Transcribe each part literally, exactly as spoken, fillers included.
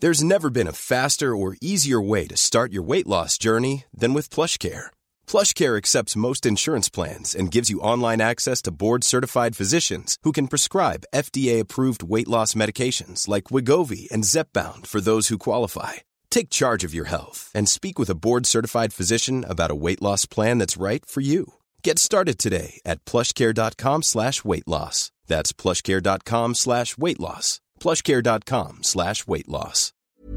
There's never been a faster or easier way to start your weight loss journey than with PlushCare. PlushCare accepts most insurance plans and gives you online access to board-certified physicians who can prescribe F D A-approved weight loss medications like Wegovy and Zepbound for those who qualify. Take charge of your health and speak with a board-certified physician about a weight loss plan that's right for you. Get started today at plushcare.com slash weight loss. That's plushcare.com slash weight loss. plushcare.com slash weight loss.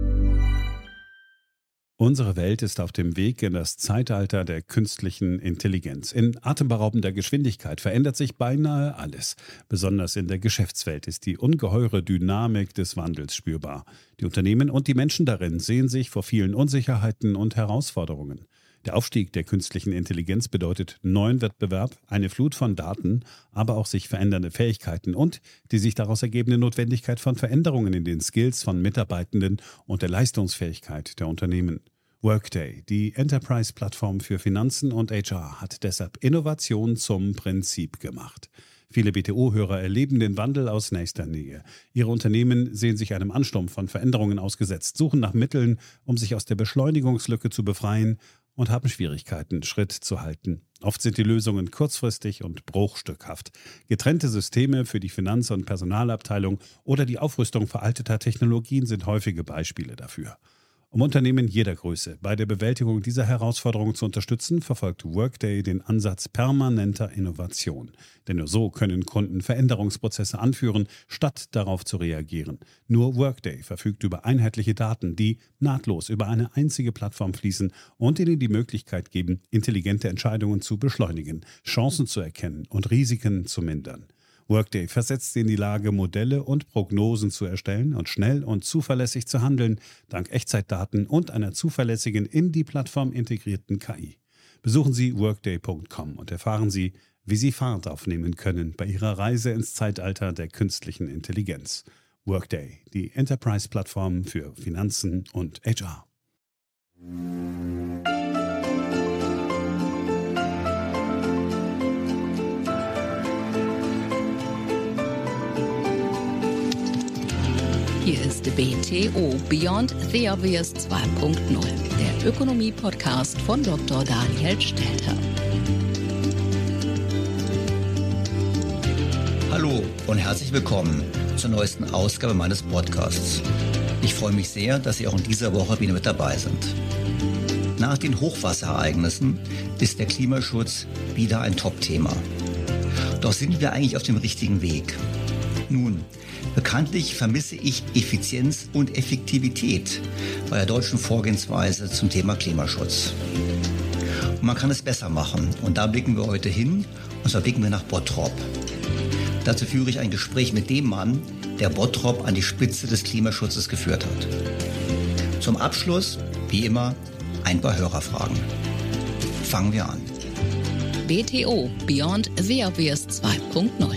Unsere Welt ist auf dem Weg in das Zeitalter der künstlichen Intelligenz. In atemberaubender Geschwindigkeit verändert sich beinahe alles. Besonders in der Geschäftswelt ist die ungeheure Dynamik des Wandels spürbar. Die Unternehmen und die Menschen darin sehen sich vor vielen Unsicherheiten und Herausforderungen. Der Aufstieg der künstlichen Intelligenz bedeutet neuen Wettbewerb, eine Flut von Daten, aber auch sich verändernde Fähigkeiten und die sich daraus ergebende Notwendigkeit von Veränderungen in den Skills von Mitarbeitenden und der Leistungsfähigkeit der Unternehmen. Workday, die Enterprise-Plattform für Finanzen und H R, hat deshalb Innovation zum Prinzip gemacht. Viele B T O-Hörer erleben den Wandel aus nächster Nähe. Ihre Unternehmen sehen sich einem Ansturm von Veränderungen ausgesetzt, suchen nach Mitteln, um sich aus der Beschleunigungslücke zu befreien und haben Schwierigkeiten, Schritt zu halten. Oft sind die Lösungen kurzfristig und bruchstückhaft. Getrennte Systeme für die Finanz- und Personalabteilung oder die Aufrüstung veralteter Technologien sind häufige Beispiele dafür. Um Unternehmen jeder Größe bei der Bewältigung dieser Herausforderung zu unterstützen, verfolgt Workday den Ansatz permanenter Innovation. Denn nur so können Kunden Veränderungsprozesse anführen, statt darauf zu reagieren. Nur Workday verfügt über einheitliche Daten, die nahtlos über eine einzige Plattform fließen und ihnen die Möglichkeit geben, intelligente Entscheidungen zu beschleunigen, Chancen zu erkennen und Risiken zu mindern. Workday versetzt sie in die Lage, Modelle und Prognosen zu erstellen und schnell und zuverlässig zu handeln, dank Echtzeitdaten und einer zuverlässigen in die Plattform integrierten K I. Besuchen Sie workday punkt com und erfahren Sie, wie Sie Fahrt aufnehmen können bei Ihrer Reise ins Zeitalter der künstlichen Intelligenz. Workday, die Enterprise-Plattform für Finanzen und H R. Hier ist B T O Beyond the Obvious zwei Punkt null, der Ökonomie-Podcast von Doktor Daniel Stelter. Hallo und herzlich willkommen zur neuesten Ausgabe meines Podcasts. Ich freue mich sehr, dass Sie auch in dieser Woche wieder mit dabei sind. Nach den Hochwasserereignissen ist der Klimaschutz wieder ein Top-Thema. Doch sind wir eigentlich auf dem richtigen Weg? Nun, bekanntlich vermisse ich Effizienz und Effektivität bei der deutschen Vorgehensweise zum Thema Klimaschutz. Und man kann es besser machen. Und da blicken wir heute hin, und zwar blicken wir nach Bottrop. Dazu führe ich ein Gespräch mit dem Mann, der Bottrop an die Spitze des Klimaschutzes geführt hat. Zum Abschluss, wie immer, ein paar Hörerfragen. Fangen wir an. B T O Beyond the Obvious zwei Punkt null.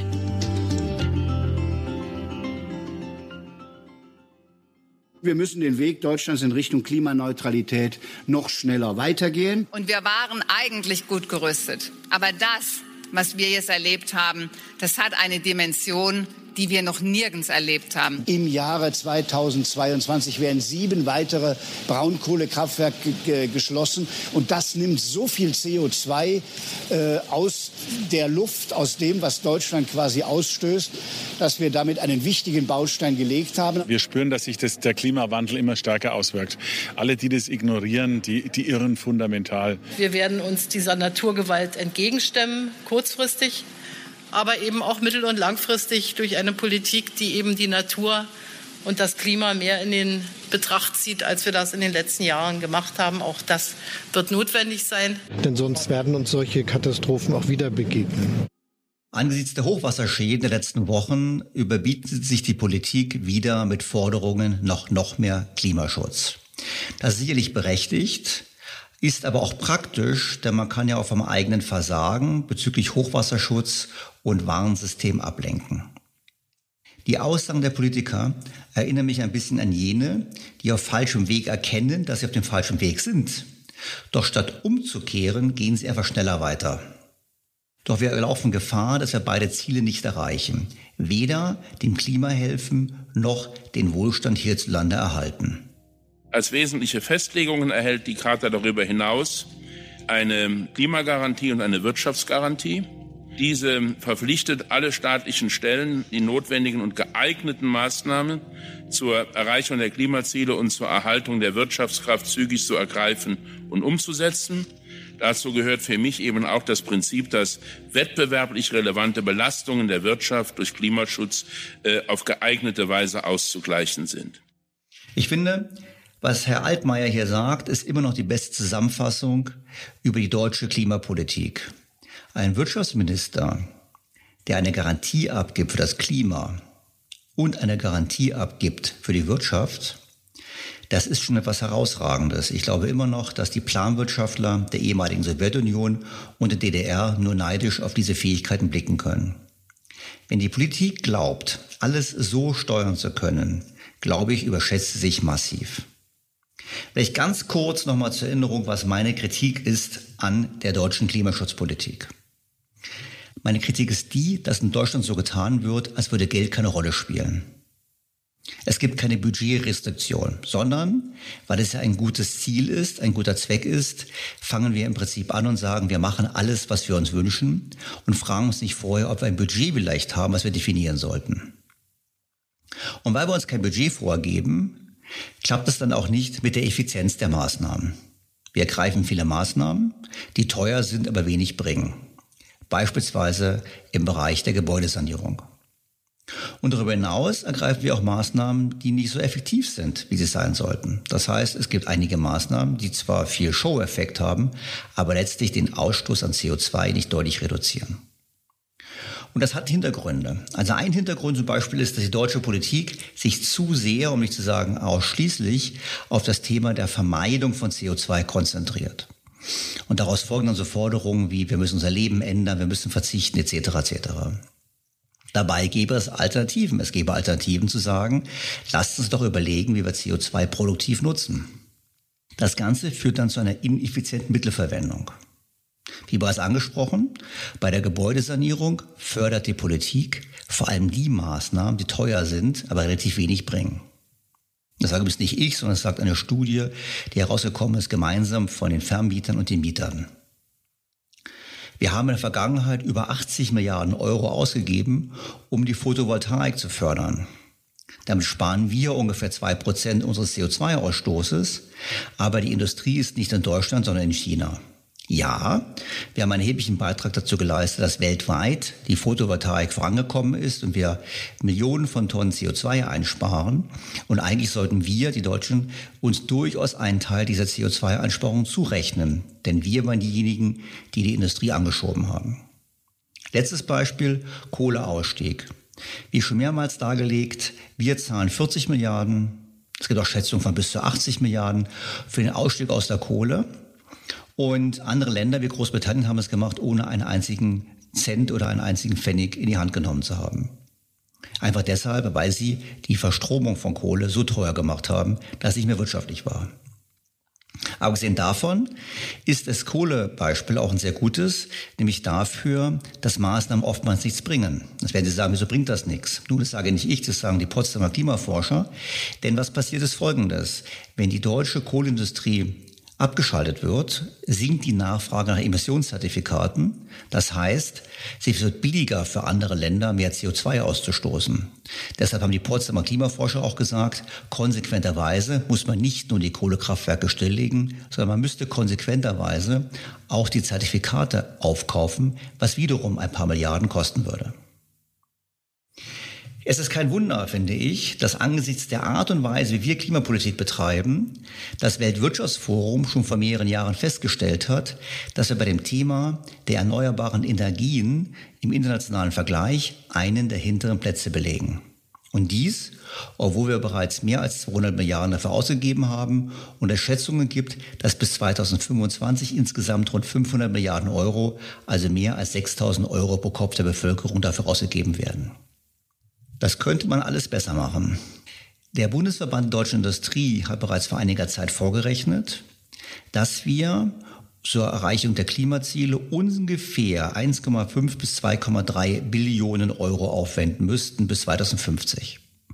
Wir müssen den Weg Deutschlands in Richtung Klimaneutralität noch schneller weitergehen. Und wir waren eigentlich gut gerüstet. Aber das, was wir jetzt erlebt haben, das hat eine Dimension, die wir noch nirgends erlebt haben. Im Jahre zweitausendzweiundzwanzig werden sieben weitere Braunkohlekraftwerke g- geschlossen. Und das nimmt so viel C O zwei äh, aus der Luft, aus dem, was Deutschland quasi ausstößt, dass wir damit einen wichtigen Baustein gelegt haben. Wir spüren, dass sich das, der Klimawandel immer stärker auswirkt. Alle, die das ignorieren, die, die irren fundamental. Wir werden uns dieser Naturgewalt entgegenstemmen, kurzfristig, aber eben auch mittel- und langfristig durch eine Politik, die eben die Natur und das Klima mehr in den Betracht zieht, als wir das in den letzten Jahren gemacht haben. Auch das wird notwendig sein. Denn sonst werden uns solche Katastrophen auch wieder begegnen. Angesichts der Hochwasserschäden der letzten Wochen überbietet sich die Politik wieder mit Forderungen nach noch mehr Klimaschutz. Das ist sicherlich berechtigt, ist aber auch praktisch, denn man kann ja auch vom eigenen Versagen bezüglich Hochwasserschutz und Warnsystem ablenken. Die Aussagen der Politiker erinnern mich ein bisschen an jene, die auf falschem Weg erkennen, dass sie auf dem falschen Weg sind. Doch statt umzukehren, gehen sie einfach schneller weiter. Doch wir laufen Gefahr, dass wir beide Ziele nicht erreichen. Weder dem Klima helfen, noch den Wohlstand hierzulande erhalten. Als wesentliche Festlegungen erhält die Charta darüber hinaus eine Klimagarantie und eine Wirtschaftsgarantie. Diese verpflichtet alle staatlichen Stellen, die notwendigen und geeigneten Maßnahmen zur Erreichung der Klimaziele und zur Erhaltung der Wirtschaftskraft zügig zu ergreifen und umzusetzen. Dazu gehört für mich eben auch das Prinzip, dass wettbewerblich relevante Belastungen der Wirtschaft durch Klimaschutz äh, auf geeignete Weise auszugleichen sind. Ich finde, was Herr Altmaier hier sagt, ist immer noch die beste Zusammenfassung über die deutsche Klimapolitik. Ein Wirtschaftsminister, der eine Garantie abgibt für das Klima und eine Garantie abgibt für die Wirtschaft, das ist schon etwas Herausragendes. Ich glaube immer noch, dass die Planwirtschaftler der ehemaligen Sowjetunion und der D D R nur neidisch auf diese Fähigkeiten blicken können. Wenn die Politik glaubt, alles so steuern zu können, glaube ich, überschätzt sie sich massiv. Vielleicht ganz kurz nochmal zur Erinnerung, was meine Kritik ist an der deutschen Klimaschutzpolitik. Meine Kritik ist die, dass in Deutschland so getan wird, als würde Geld keine Rolle spielen. Es gibt keine Budgetrestriktion, sondern, weil es ja ein gutes Ziel ist, ein guter Zweck ist, fangen wir im Prinzip an und sagen, wir machen alles, was wir uns wünschen und fragen uns nicht vorher, ob wir ein Budget vielleicht haben, was wir definieren sollten. Und weil wir uns kein Budget vorgeben, klappt es dann auch nicht mit der Effizienz der Maßnahmen. Wir ergreifen viele Maßnahmen, die teuer sind, aber wenig bringen. Beispielsweise im Bereich der Gebäudesanierung. Und darüber hinaus ergreifen wir auch Maßnahmen, die nicht so effektiv sind, wie sie sein sollten. Das heißt, es gibt einige Maßnahmen, die zwar viel Show-Effekt haben, aber letztlich den Ausstoß an C O zwei nicht deutlich reduzieren. Und das hat Hintergründe. Also ein Hintergrund zum Beispiel ist, dass die deutsche Politik sich zu sehr, um nicht zu sagen ausschließlich, auf das Thema der Vermeidung von C O zwei konzentriert. Und daraus folgen dann so Forderungen wie, wir müssen unser Leben ändern, wir müssen verzichten, et cetera et cetera. Dabei gäbe es Alternativen. Es gäbe Alternativen zu sagen, lasst uns doch überlegen, wie wir C O zwei produktiv nutzen. Das Ganze führt dann zu einer ineffizienten Mittelverwendung. Wie bereits angesprochen, bei der Gebäudesanierung fördert die Politik vor allem die Maßnahmen, die teuer sind, aber relativ wenig bringen. Das sage übrigens nicht ich, sondern das sagt eine Studie, die herausgekommen ist, gemeinsam von den Vermietern und den Mietern. Wir haben in der Vergangenheit über achtzig Milliarden Euro ausgegeben, um die Photovoltaik zu fördern. Damit sparen wir ungefähr zwei Prozent unseres C O zwei Ausstoßes, aber die Industrie ist nicht in Deutschland, sondern in China. Ja, wir haben einen erheblichen Beitrag dazu geleistet, dass weltweit die Photovoltaik vorangekommen ist und wir Millionen von Tonnen C O zwei einsparen. Und eigentlich sollten wir, die Deutschen, uns durchaus einen Teil dieser C O zwei Einsparung zurechnen. Denn wir waren diejenigen, die die Industrie angeschoben haben. Letztes Beispiel, Kohleausstieg. Wie schon mehrmals dargelegt, wir zahlen vierzig Milliarden, es gibt auch Schätzungen von bis zu achtzig Milliarden für den Ausstieg aus der Kohle. Und andere Länder wie Großbritannien haben es gemacht, ohne einen einzigen Cent oder einen einzigen Pfennig in die Hand genommen zu haben. Einfach deshalb, weil sie die Verstromung von Kohle so teuer gemacht haben, dass es nicht mehr wirtschaftlich war. Abgesehen davon ist das Kohlebeispiel auch ein sehr gutes, nämlich dafür, dass Maßnahmen oftmals nichts bringen. Das werden Sie sagen, wieso bringt das nichts? Nun, das sage nicht ich, das sagen die Potsdamer Klimaforscher. Denn was passiert ist Folgendes. Wenn die deutsche Kohleindustrie abgeschaltet wird, sinkt die Nachfrage nach Emissionszertifikaten. Das heißt, es wird billiger für andere Länder, mehr C O zwei auszustoßen. Deshalb haben die Potsdamer Klimaforscher auch gesagt, konsequenterweise muss man nicht nur die Kohlekraftwerke stilllegen, sondern man müsste konsequenterweise auch die Zertifikate aufkaufen, was wiederum ein paar Milliarden kosten würde. Es ist kein Wunder, finde ich, dass angesichts der Art und Weise, wie wir Klimapolitik betreiben, das Weltwirtschaftsforum schon vor mehreren Jahren festgestellt hat, dass wir bei dem Thema der erneuerbaren Energien im internationalen Vergleich einen der hinteren Plätze belegen. Und dies, obwohl wir bereits mehr als zweihundert Milliarden dafür ausgegeben haben und es Schätzungen gibt, dass bis zweitausendfünfundzwanzig insgesamt rund fünfhundert Milliarden Euro, also mehr als sechstausend Euro pro Kopf der Bevölkerung dafür ausgegeben werden. Das könnte man alles besser machen. Der Bundesverband Deutsche Industrie hat bereits vor einiger Zeit vorgerechnet, dass wir zur Erreichung der Klimaziele ungefähr eins Komma fünf bis zwei Komma drei Billionen Euro aufwenden müssten bis zweitausendfünfzig.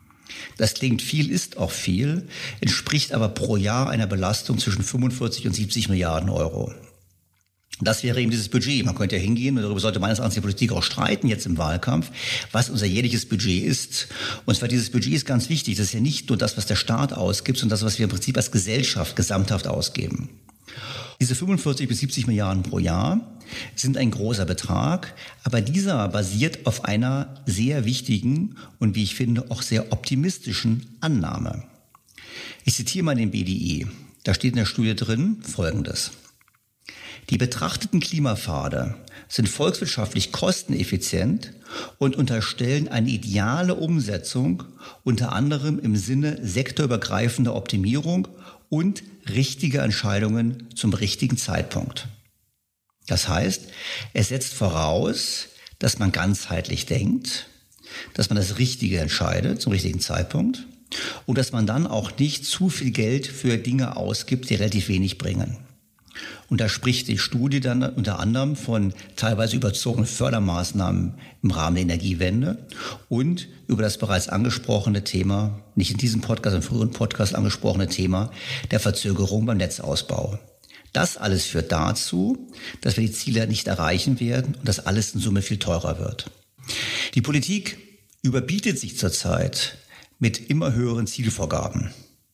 Das klingt viel, ist auch viel, entspricht aber pro Jahr einer Belastung zwischen fünfundvierzig und siebzig Milliarden Euro. Das wäre eben dieses Budget. Man könnte ja hingehen, und darüber sollte meines Erachtens die Politik auch streiten jetzt im Wahlkampf, was unser jährliches Budget ist. Und zwar dieses Budget ist ganz wichtig. Das ist ja nicht nur das, was der Staat ausgibt, sondern das, was wir im Prinzip als Gesellschaft gesamthaft ausgeben. Diese fünfundvierzig bis siebzig Milliarden pro Jahr sind ein großer Betrag, aber dieser basiert auf einer sehr wichtigen und, wie ich finde, auch sehr optimistischen Annahme. Ich zitiere mal den B D I. Da steht in der Studie drin Folgendes. Die betrachteten Klimapfade sind volkswirtschaftlich kosteneffizient und unterstellen eine ideale Umsetzung, unter anderem im Sinne sektorübergreifender Optimierung und richtiger Entscheidungen zum richtigen Zeitpunkt. Das heißt, es setzt voraus, dass man ganzheitlich denkt, dass man das Richtige entscheidet zum richtigen Zeitpunkt und dass man dann auch nicht zu viel Geld für Dinge ausgibt, die relativ wenig bringen. Und da spricht die Studie dann unter anderem von teilweise überzogenen Fördermaßnahmen im Rahmen der Energiewende und über das bereits angesprochene Thema, nicht in diesem Podcast, im früheren Podcast angesprochene Thema der Verzögerung beim Netzausbau. Das alles führt dazu, dass wir die Ziele nicht erreichen werden und dass alles in Summe viel teurer wird. Die Politik überbietet sich zurzeit mit immer höheren Zielvorgaben.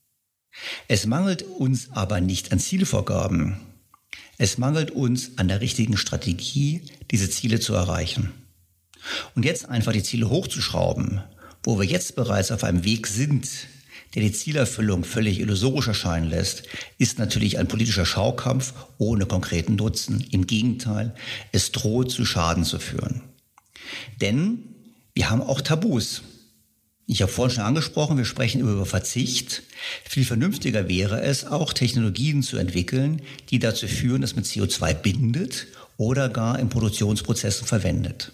Es mangelt uns aber nicht an Zielvorgaben. Es mangelt uns an der richtigen Strategie, diese Ziele zu erreichen. Und jetzt einfach die Ziele hochzuschrauben, wo wir jetzt bereits auf einem Weg sind, der die Zielerfüllung völlig illusorisch erscheinen lässt, ist natürlich ein politischer Schaukampf ohne konkreten Nutzen. Im Gegenteil, es droht zu Schaden zu führen. Denn wir haben auch Tabus. Ich habe vorhin schon angesprochen, wir sprechen über Verzicht. Viel vernünftiger wäre es, auch Technologien zu entwickeln, die dazu führen, dass man C O zwei bindet oder gar in Produktionsprozessen verwendet.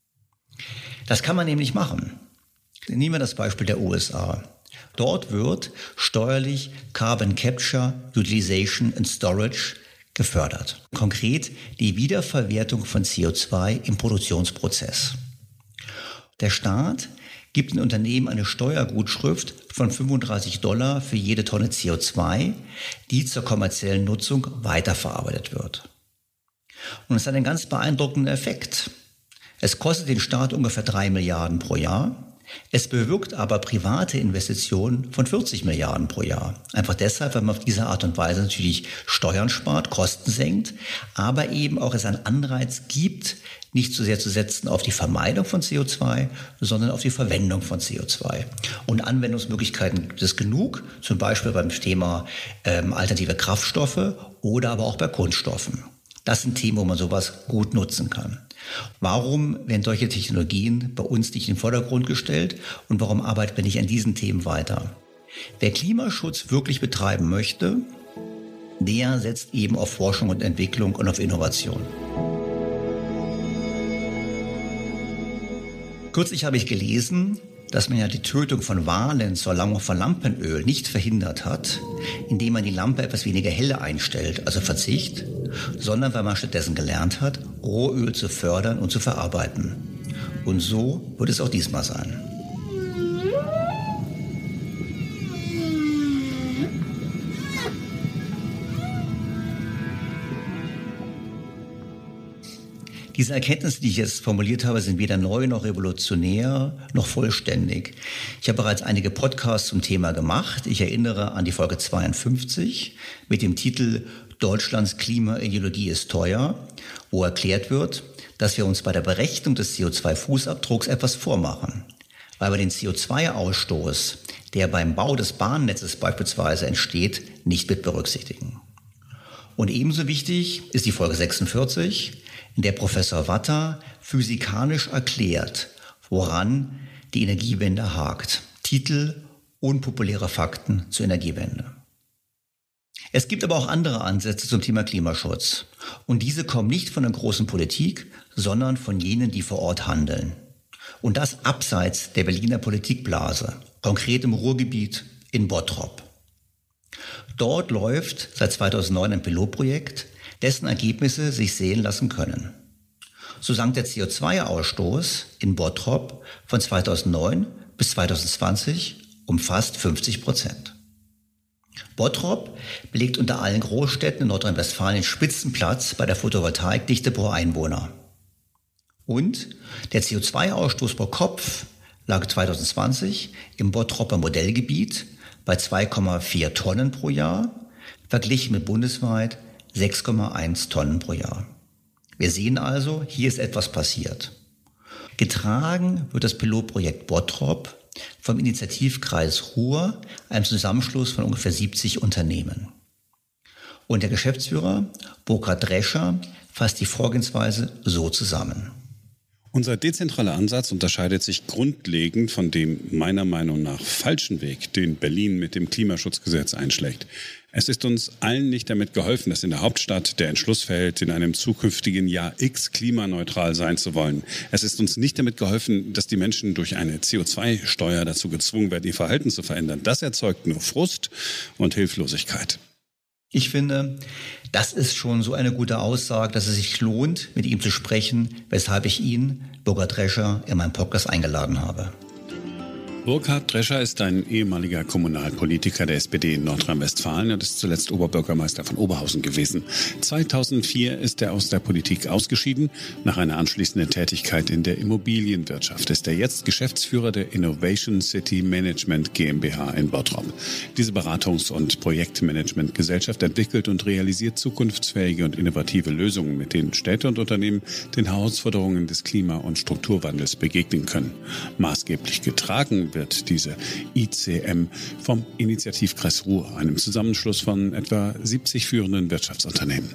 Das kann man nämlich machen. Nehmen wir das Beispiel der U S A. Dort wird steuerlich Carbon Capture, Utilization and Storage gefördert. Konkret die Wiederverwertung von C O zwei im Produktionsprozess. Der Staat gibt den Unternehmen eine Steuergutschrift von fünfunddreißig Dollar für jede Tonne C O zwei, die zur kommerziellen Nutzung weiterverarbeitet wird. Und es hat einen ganz beeindruckenden Effekt. Es kostet den Staat ungefähr drei Milliarden pro Jahr. Es bewirkt aber private Investitionen von vierzig Milliarden pro Jahr. Einfach deshalb, weil man auf diese Art und Weise natürlich Steuern spart, Kosten senkt, aber eben auch es einen Anreiz gibt, nicht so sehr zu setzen auf die Vermeidung von C O zwei, sondern auf die Verwendung von C O zwei. Und Anwendungsmöglichkeiten gibt es genug, zum Beispiel beim Thema ähm, alternative Kraftstoffe oder aber auch bei Kunststoffen. Das sind Themen, wo man sowas gut nutzen kann. Warum werden solche Technologien bei uns nicht in den Vordergrund gestellt und warum arbeiten wir nicht an diesen Themen weiter? Wer Klimaschutz wirklich betreiben möchte, der setzt eben auf Forschung und Entwicklung und auf Innovation. Kürzlich habe ich gelesen, dass man ja die Tötung von Walen zur Erlangung von Lampenöl nicht verhindert hat, indem man die Lampe etwas weniger helle einstellt, also Verzicht, sondern weil man stattdessen gelernt hat, Rohöl zu fördern und zu verarbeiten. Und so wird es auch diesmal sein. Diese Erkenntnisse, die ich jetzt formuliert habe, sind weder neu noch revolutionär noch vollständig. Ich habe bereits einige Podcasts zum Thema gemacht. Ich erinnere an die Folge zweiundfünfzig mit dem Titel Deutschlands Klimaideologie ist teuer, wo erklärt wird, dass wir uns bei der Berechnung des C O zwei Fußabdrucks etwas vormachen. Weil wir den C O zwei Ausstoß, der beim Bau des Bahnnetzes beispielsweise entsteht, nicht mit berücksichtigen. Und ebenso wichtig ist die Folge sechsundvierzig, in der Professor Watter physikalisch erklärt, woran die Energiewende hakt. Titel: Unpopuläre Fakten zur Energiewende. Es gibt aber auch andere Ansätze zum Thema Klimaschutz. Und diese kommen nicht von der großen Politik, sondern von jenen, die vor Ort handeln. Und das abseits der Berliner Politikblase, konkret im Ruhrgebiet in Bottrop. Dort läuft seit zweitausendneun ein Pilotprojekt, dessen Ergebnisse sich sehen lassen können. So sank der C O zwei Ausstoß in Bottrop von zweitausendneun bis zweitausendzwanzig um fast fünfzig Prozent. Bottrop belegt unter allen Großstädten in Nordrhein-Westfalen den Spitzenplatz bei der Photovoltaikdichte pro Einwohner. Und der C O zwei Ausstoß pro Kopf lag zwanzig zwanzig im Bottroper Modellgebiet bei zwei Komma vier Tonnen pro Jahr, verglichen mit bundesweit sechs Komma eins Tonnen pro Jahr. Wir sehen also, hier ist etwas passiert. Getragen wird das Pilotprojekt Bottrop vom Initiativkreis Ruhr, einem Zusammenschluss von ungefähr siebzig Unternehmen. Und der Geschäftsführer Burkhard Drescher fasst die Vorgehensweise so zusammen. Unser dezentraler Ansatz unterscheidet sich grundlegend von dem meiner Meinung nach falschen Weg, den Berlin mit dem Klimaschutzgesetz einschlägt. Es ist uns allen nicht damit geholfen, dass in der Hauptstadt der Entschluss fällt, in einem zukünftigen Jahr X klimaneutral sein zu wollen. Es ist uns nicht damit geholfen, dass die Menschen durch eine C O zwei Steuer dazu gezwungen werden, ihr Verhalten zu verändern. Das erzeugt nur Frust und Hilflosigkeit. Ich finde, das ist schon so eine gute Aussage, dass es sich lohnt, mit ihm zu sprechen, weshalb ich ihn, Burkhard Drescher, in meinen Podcast eingeladen habe. Burkhard Drescher ist ein ehemaliger Kommunalpolitiker der S P D in Nordrhein-Westfalen und ist zuletzt Oberbürgermeister von Oberhausen gewesen. zweitausendvier ist er aus der Politik ausgeschieden. Nach einer anschließenden Tätigkeit in der Immobilienwirtschaft ist er jetzt Geschäftsführer der Innovation City Management GmbH in Bottrop. Diese Beratungs- und Projektmanagementgesellschaft entwickelt und realisiert zukunftsfähige und innovative Lösungen, mit denen Städte und Unternehmen den Herausforderungen des Klima- und Strukturwandels begegnen können. Maßgeblich getragen wird diese I C M vom Initiativkreis Ruhr, einem Zusammenschluss von etwa siebzig führenden Wirtschaftsunternehmen.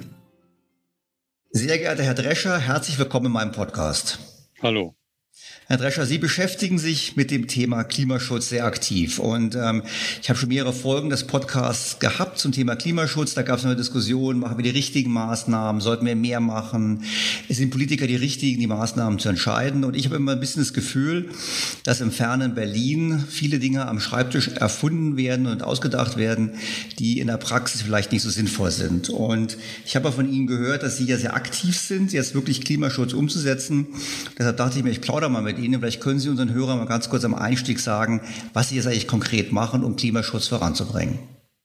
Sehr geehrter Herr Drescher, herzlich willkommen in meinem Podcast. Hallo. Herr Drescher, Sie beschäftigen sich mit dem Thema Klimaschutz sehr aktiv und ähm, ich habe schon mehrere Folgen des Podcasts gehabt zum Thema Klimaschutz. Da gab es eine Diskussion, machen wir die richtigen Maßnahmen, sollten wir mehr machen? Es sind Politiker die richtigen, die Maßnahmen zu entscheiden und ich habe immer ein bisschen das Gefühl, dass im fernen Berlin viele Dinge am Schreibtisch erfunden werden und ausgedacht werden, die in der Praxis vielleicht nicht so sinnvoll sind. Und ich habe von Ihnen gehört, dass Sie ja sehr aktiv sind, jetzt wirklich Klimaschutz umzusetzen. Deshalb dachte ich mir, ich plaudere mal mit Ihnen. Vielleicht können Sie unseren Hörern mal ganz kurz am Einstieg sagen, was Sie jetzt eigentlich konkret machen, um Klimaschutz voranzubringen.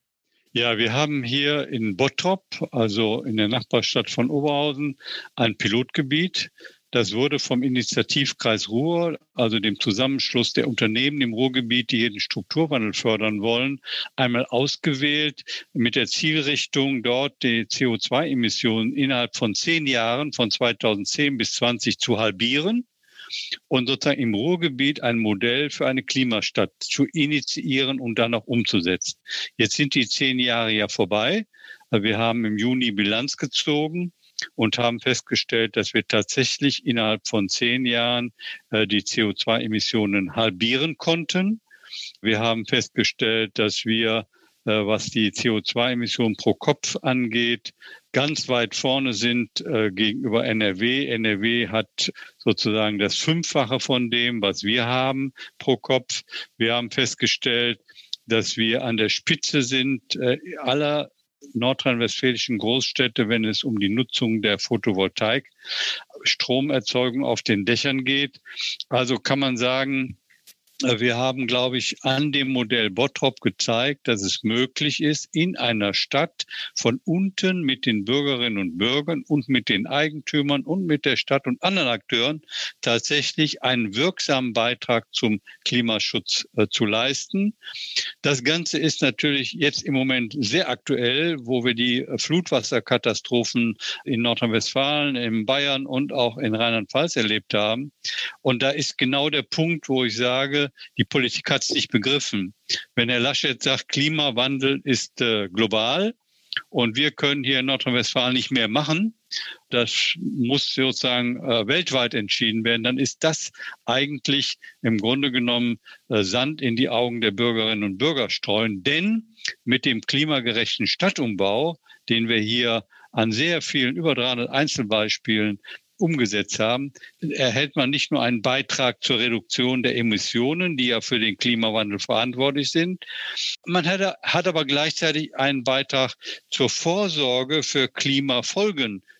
Ja, wir haben hier in Bottrop, also in der Nachbarstadt von Oberhausen, ein Pilotgebiet. Das wurde vom Initiativkreis Ruhr, also dem Zusammenschluss der Unternehmen im Ruhrgebiet, die hier den Strukturwandel fördern wollen, einmal ausgewählt mit der Zielrichtung, dort die C O zwei Emissionen innerhalb von zehn Jahren, von zweitausendzehn bis zwanzig, zu halbieren. Und sozusagen im Ruhrgebiet ein Modell für eine Klimastadt zu initiieren und dann auch umzusetzen. Jetzt sind die zehn Jahre ja vorbei. Wir haben im Juni Bilanz gezogen und haben festgestellt, dass wir tatsächlich innerhalb von zehn Jahren die C O zwei Emissionen halbieren konnten. Wir haben festgestellt, dass wir, was die C O zwei Emissionen pro Kopf angeht, ganz weit vorne sind äh, gegenüber N R W. N R W hat sozusagen das Fünffache von dem, was wir haben pro Kopf. Wir haben festgestellt, dass wir an der Spitze sind äh, aller nordrhein-westfälischen Großstädte, wenn es um die Nutzung der Photovoltaik, Stromerzeugung auf den Dächern geht. Also kann man sagen, wir haben, glaube ich, an dem Modell Bottrop gezeigt, dass es möglich ist, in einer Stadt von unten mit den Bürgerinnen und Bürgern und mit den Eigentümern und mit der Stadt und anderen Akteuren tatsächlich einen wirksamen Beitrag zum Klimaschutz äh, zu leisten. Das Ganze ist natürlich jetzt im Moment sehr aktuell, wo wir die Flutwasserkatastrophen in Nordrhein-Westfalen, in Bayern und auch in Rheinland-Pfalz erlebt haben. Und da ist genau der Punkt, wo ich sage, die Politik hat es nicht begriffen. Wenn Herr Laschet sagt, Klimawandel ist äh, global und wir können hier in Nordrhein-Westfalen nicht mehr machen, das muss sozusagen äh, weltweit entschieden werden, dann ist das eigentlich im Grunde genommen äh, Sand in die Augen der Bürgerinnen und Bürger streuen. Denn mit dem klimagerechten Stadtumbau, den wir hier an sehr vielen, über dreihundert Einzelbeispielen umgesetzt haben, erhält man nicht nur einen Beitrag zur Reduktion der Emissionen, die ja für den Klimawandel verantwortlich sind. Man hat, hat aber gleichzeitig einen Beitrag zur Vorsorge für Klimafolgen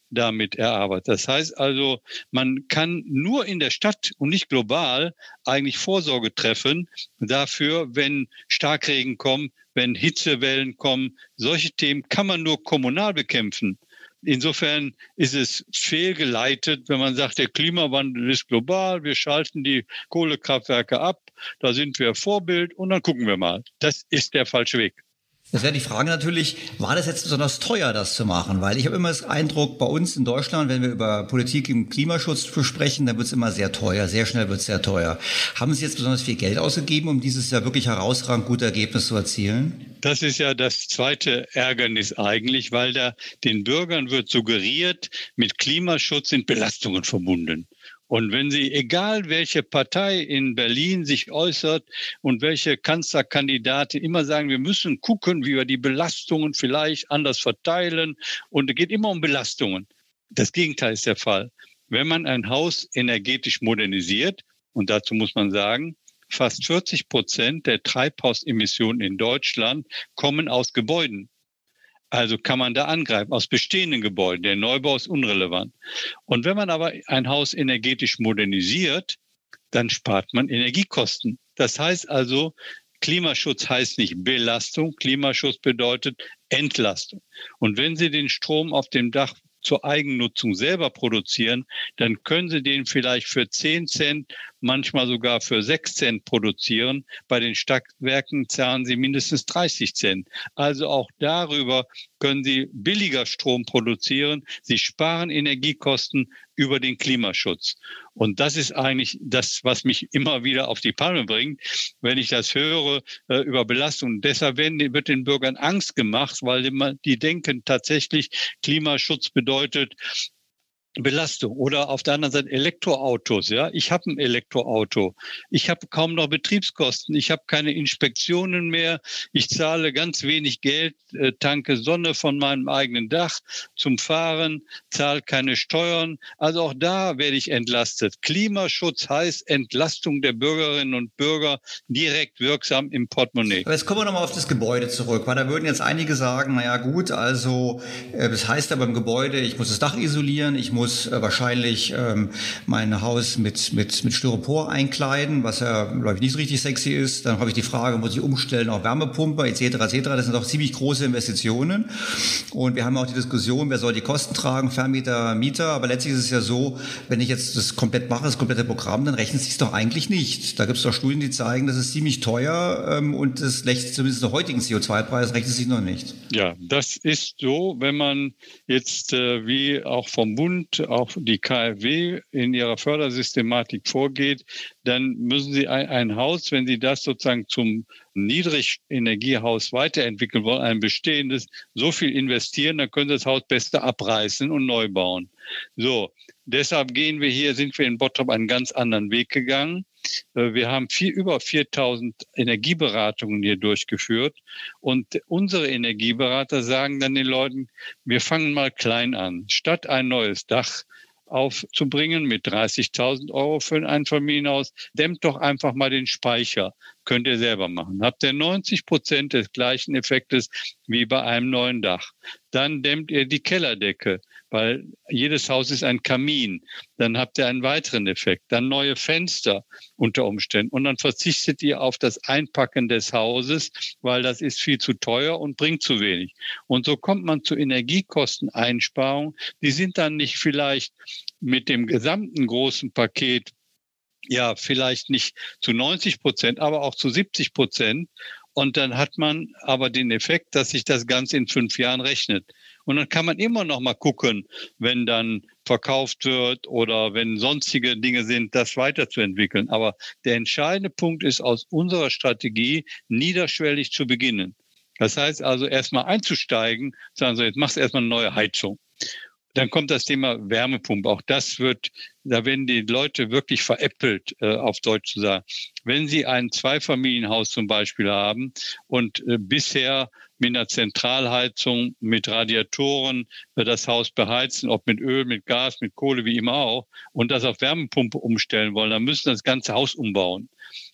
damit erarbeitet. Das heißt also, man kann nur in der Stadt und nicht global eigentlich Vorsorge treffen dafür, wenn Starkregen kommen, wenn Hitzewellen kommen. Solche Themen kann man nur kommunal bekämpfen. Insofern ist es fehlgeleitet, wenn man sagt, der Klimawandel ist global, wir schalten die Kohlekraftwerke ab, da sind wir Vorbild und dann gucken wir mal. Das ist der falsche Weg. Das wäre die Frage natürlich, war das jetzt besonders teuer, das zu machen? Weil ich habe immer das Eindruck, bei uns in Deutschland, wenn wir über Politik im Klimaschutz sprechen, dann wird es immer sehr teuer, sehr schnell wird es sehr teuer. Haben Sie jetzt besonders viel Geld ausgegeben, um dieses Jahr wirklich herausragend gute Ergebnis zu erzielen? Das ist ja das zweite Ärgernis eigentlich, weil da den Bürgern wird suggeriert, mit Klimaschutz sind Belastungen verbunden. Und wenn Sie, egal welche Partei in Berlin sich äußert und welche Kanzlerkandidatin immer sagen, wir müssen gucken, wie wir die Belastungen vielleicht anders verteilen. Und es geht immer um Belastungen. Das Gegenteil ist der Fall. Wenn man ein Haus energetisch modernisiert, und dazu muss man sagen, fast vierzig Prozent der Treibhausemissionen in Deutschland kommen aus Gebäuden. Also kann man da angreifen, aus bestehenden Gebäuden. Der Neubau ist unrelevant. Und wenn man aber ein Haus energetisch modernisiert, dann spart man Energiekosten. Das heißt also, Klimaschutz heißt nicht Belastung, Klimaschutz bedeutet Entlastung. Und wenn Sie den Strom auf dem Dach zur Eigennutzung selber produzieren, dann können Sie den vielleicht für zehn Cent, manchmal sogar für sechs Cent produzieren. Bei den Stadtwerken zahlen Sie mindestens dreißig Cent. Also auch darüber können Sie billiger Strom produzieren. Sie sparen Energiekosten über den Klimaschutz. Und das ist eigentlich das, was mich immer wieder auf die Palme bringt, wenn ich das höre äh, über Belastung. Deshalb werden, wird den Bürgern Angst gemacht, weil die, die denken tatsächlich, Klimaschutz bedeutet Belastung. Oder auf der anderen Seite Elektroautos. Ja, ich habe ein Elektroauto. Ich habe kaum noch Betriebskosten. Ich habe keine Inspektionen mehr. Ich zahle ganz wenig Geld, äh, tanke Sonne von meinem eigenen Dach zum Fahren, zahle keine Steuern. Also auch da werde ich entlastet. Klimaschutz heißt Entlastung der Bürgerinnen und Bürger direkt wirksam im Portemonnaie. Aber jetzt kommen wir nochmal auf das Gebäude zurück, weil da würden jetzt einige sagen, naja gut, also äh, das heißt aber im Gebäude, ich muss das Dach isolieren, ich muss muss äh, wahrscheinlich ähm, mein Haus mit, mit, mit Styropor einkleiden, was ja, glaube ich, nicht so richtig sexy ist. Dann habe ich die Frage, muss ich umstellen auf Wärmepumpe et cetera et cetera. Das sind doch ziemlich große Investitionen. Und wir haben auch die Diskussion, wer soll die Kosten tragen, Vermieter, Mieter. Aber letztlich ist es ja so, wenn ich jetzt das komplett mache, das komplette Programm, dann rechnet es sich doch eigentlich nicht. Da gibt es doch Studien, die zeigen, das ist ziemlich teuer ähm, und das lässt zumindest der heutigen C O zwei Preis rechnet sich noch nicht. Ja, das ist so, wenn man jetzt äh, wie auch vom Bund, auch die K f W in ihrer Fördersystematik vorgeht, dann müssen Sie ein, ein Haus, wenn Sie das sozusagen zum Niedrigenergiehaus weiterentwickeln wollen, ein bestehendes, so viel investieren, dann können Sie das Haus besser abreißen und neu bauen. So, deshalb gehen wir hier, sind wir in Bottrop einen ganz anderen Weg gegangen. Wir haben viel, über viertausend Energieberatungen hier durchgeführt und unsere Energieberater sagen dann den Leuten, wir fangen mal klein an. Statt ein neues Dach aufzubringen mit dreißigtausend Euro für ein Einfamilienhaus, dämmt doch einfach mal den Speicher. Könnt ihr selber machen. Habt ihr neunzig Prozent des gleichen Effektes wie bei einem neuen Dach. Dann dämmt ihr die Kellerdecke, weil jedes Haus ist ein Kamin. Dann habt ihr einen weiteren Effekt. Dann neue Fenster unter Umständen. Und dann verzichtet ihr auf das Einpacken des Hauses, weil das ist viel zu teuer und bringt zu wenig. Und so kommt man zu Energiekosteneinsparungen. Die sind dann nicht vielleicht mit dem gesamten großen Paket ja, vielleicht nicht zu neunzig Prozent, aber auch zu siebzig Prozent. Und dann hat man aber den Effekt, dass sich das Ganze in fünf Jahren rechnet. Und dann kann man immer noch mal gucken, wenn dann verkauft wird oder wenn sonstige Dinge sind, das weiterzuentwickeln. Aber der entscheidende Punkt ist aus unserer Strategie, niederschwellig zu beginnen. Das heißt also erstmal einzusteigen, sagen so, jetzt machst du erstmal eine neue Heizung. Dann kommt das Thema Wärmepumpe. Auch das wird, da werden die Leute wirklich veräppelt, äh, auf Deutsch zu sagen. Wenn Sie ein Zweifamilienhaus zum Beispiel haben und äh, bisher mit einer Zentralheizung, mit Radiatoren äh, das Haus beheizen, ob mit Öl, mit Gas, mit Kohle, wie immer auch, und das auf Wärmepumpe umstellen wollen, dann müssen das ganze Haus umbauen.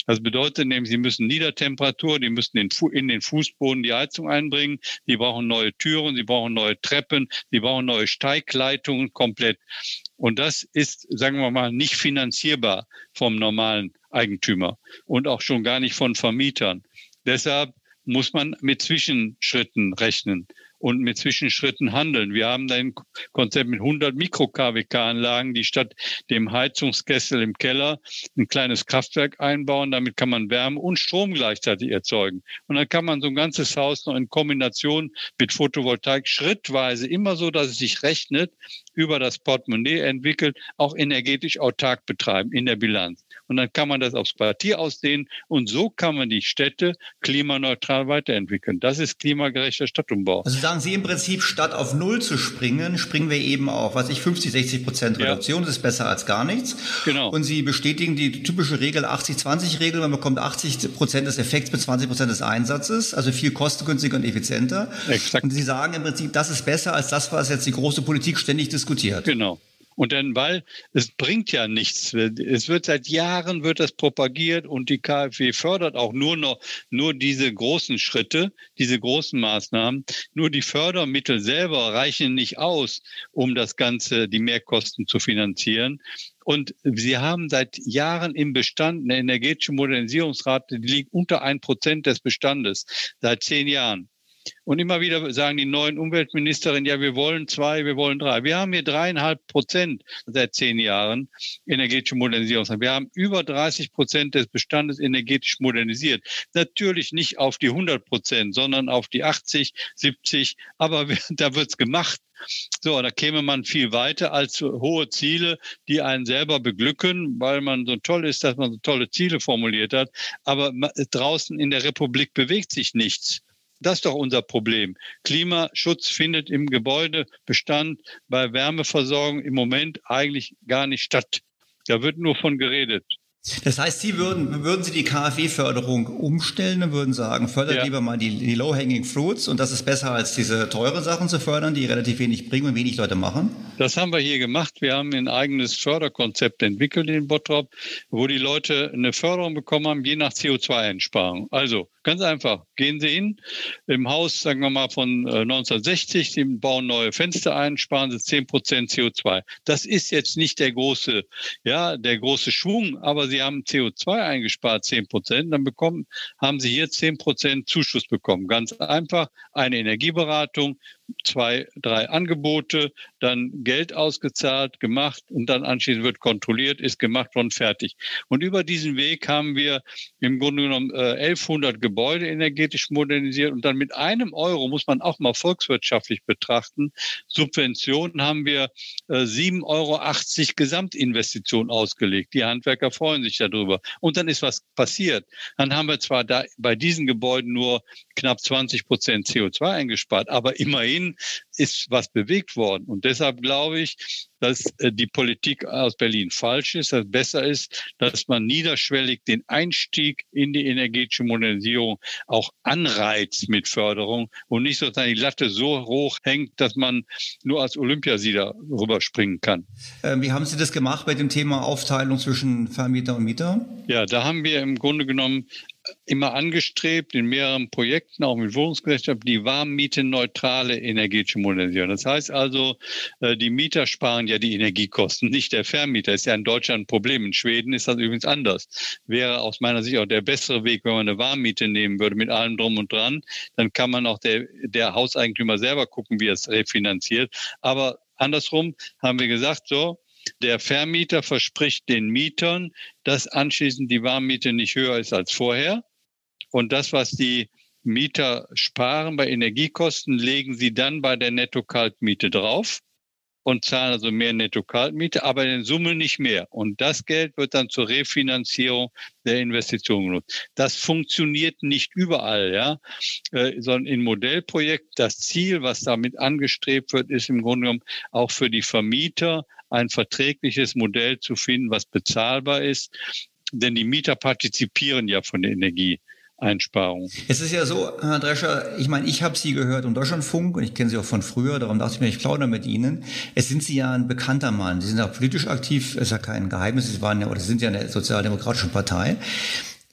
Das bedeutet nämlich, sie müssen Niedertemperatur, die müssen in, in den Fußboden die Heizung einbringen, sie brauchen neue Türen, sie brauchen neue Treppen, sie brauchen neue Steigleitungen komplett. Und das ist, sagen wir mal, nicht finanzierbar vom normalen Eigentümer und auch schon gar nicht von Vermietern. Deshalb muss man mit Zwischenschritten rechnen und mit Zwischenschritten handeln. Wir haben da ein Konzept mit hundert Mikro-K W K-Anlagen, die statt dem Heizungskessel im Keller ein kleines Kraftwerk einbauen. Damit kann man Wärme und Strom gleichzeitig erzeugen. Und dann kann man so ein ganzes Haus noch in Kombination mit Photovoltaik schrittweise, immer so, dass es sich rechnet, über das Portemonnaie entwickelt, auch energetisch autark betreiben in der Bilanz. Und dann kann man das aufs Quartier ausdehnen und so kann man die Städte klimaneutral weiterentwickeln. Das ist klimagerechter Stadtumbau. Also sagen Sie im Prinzip, statt auf Null zu springen, springen wir eben auf, was ich, fünfzig, sechzig Prozent Reduktion. Ja. Das ist besser als gar nichts. Genau. Und Sie bestätigen die typische Regel, achtzig zwanzig Regel. Man bekommt achtzig Prozent des Effekts mit zwanzig Prozent des Einsatzes. Also viel kostengünstiger und effizienter. Exakt. Und Sie sagen im Prinzip, das ist besser als das, was jetzt die große Politik ständig diskutiert. Genau. Und dann, weil es bringt ja nichts. Es wird seit Jahren wird das propagiert und die KfW fördert auch nur noch nur diese großen Schritte, diese großen Maßnahmen. Nur die Fördermittel selber reichen nicht aus, um das Ganze, die Mehrkosten zu finanzieren. Und sie haben seit Jahren im Bestand eine energetische Modernisierungsrate, die liegt unter ein Prozent des Bestandes, seit zehn Jahren. Und immer wieder sagen die neuen Umweltministerinnen, ja, wir wollen zwei, wir wollen drei. Wir haben hier dreieinhalb Prozent seit zehn Jahren energetische Modernisierung. Wir haben über dreißig Prozent des Bestandes energetisch modernisiert. Natürlich nicht auf die hundert Prozent, sondern auf die achtzig, siebzig. Aber da wird's gemacht. So, da käme man viel weiter als hohe Ziele, die einen selber beglücken, weil man so toll ist, dass man so tolle Ziele formuliert hat. Aber draußen in der Republik bewegt sich nichts. Das ist doch unser Problem. Klimaschutz findet im Gebäudebestand bei Wärmeversorgung im Moment eigentlich gar nicht statt. Da wird nur von geredet. Das heißt, Sie würden, würden Sie die KfW-Förderung umstellen und würden sagen, fördert ja. lieber mal die, die Low-Hanging Fruits und das ist besser als diese teure Sachen zu fördern, die relativ wenig bringen und wenig Leute machen? Das haben wir hier gemacht. Wir haben ein eigenes Förderkonzept entwickelt in Bottrop, wo die Leute eine Förderung bekommen haben, je nach C O zwei Einsparung. Also ganz einfach, gehen Sie hin, im Haus, sagen wir mal von neunzehnhundertsechzig, Sie bauen neue Fenster ein, sparen Sie zehn Prozent C O zwei. Das ist jetzt nicht der große, ja, der große Schwung, aber Sie haben C O zwei eingespart, zehn Prozent, dann bekommen, haben Sie hier zehn Prozent Zuschuss bekommen. Ganz einfach, eine Energieberatung, zwei, drei Angebote, dann Geld ausgezahlt, gemacht und dann anschließend wird kontrolliert, ist gemacht und fertig. Und über diesen Weg haben wir im Grunde genommen äh, elfhundert Gebäude energetisch modernisiert und dann mit einem Euro, muss man auch mal volkswirtschaftlich betrachten, Subventionen haben wir äh, sieben Euro achtzig Gesamtinvestitionen ausgelegt. Die Handwerker freuen sich darüber. Und dann ist was passiert. Dann haben wir zwar da bei diesen Gebäuden nur knapp zwanzig Prozent C O zwei eingespart, aber immerhin ist was bewegt worden. Und deshalb glaube ich, dass die Politik aus Berlin falsch ist, dass es besser ist, dass man niederschwellig den Einstieg in die energetische Modernisierung auch anreizt mit Förderung und nicht sozusagen die Latte so hoch hängt, dass man nur als Olympiasieger rüberspringen kann. Ähm, wie haben Sie das gemacht bei dem Thema Aufteilung zwischen Vermieter und Mieter? Ja, da haben wir im Grunde genommen immer angestrebt, in mehreren Projekten, auch mit Wohnungsgesellschaften, die warmmietenneutrale energetische Modernisierung. Das heißt also, die Mieter sparen ja die Energiekosten, nicht der Vermieter. Das ist ja in Deutschland ein Problem. In Schweden ist das übrigens anders. Wäre aus meiner Sicht auch der bessere Weg, wenn man eine Warmmiete nehmen würde mit allem drum und dran. Dann kann man auch der, der Hauseigentümer selber gucken, wie er es refinanziert. Aber andersrum haben wir gesagt, so, der Vermieter verspricht den Mietern, dass anschließend die Warmmiete nicht höher ist als vorher. Und das, was die Mieter sparen bei Energiekosten, legen sie dann bei der Netto-Kaltmiete drauf und zahlen also mehr Netto-Kaltmiete, aber in Summe nicht mehr. Und das Geld wird dann zur Refinanzierung der Investitionen genutzt. Das funktioniert nicht überall, ja, äh, sondern in Modellprojekten. Das Ziel, was damit angestrebt wird, ist im Grunde genommen auch für die Vermieter ein verträgliches Modell zu finden, was bezahlbar ist. Denn die Mieter partizipieren ja von der Energieeinsparung. Es ist ja so, Herr Drescher, ich meine, ich habe Sie gehört im Deutschlandfunk und ich kenne Sie auch von früher, darum dachte ich mir, ich plaudere mit Ihnen. Es sind Sie ja ein bekannter Mann. Sie sind auch politisch aktiv, ist ja kein Geheimnis. Sie waren ja oder sind ja in der Sozialdemokratischen Partei.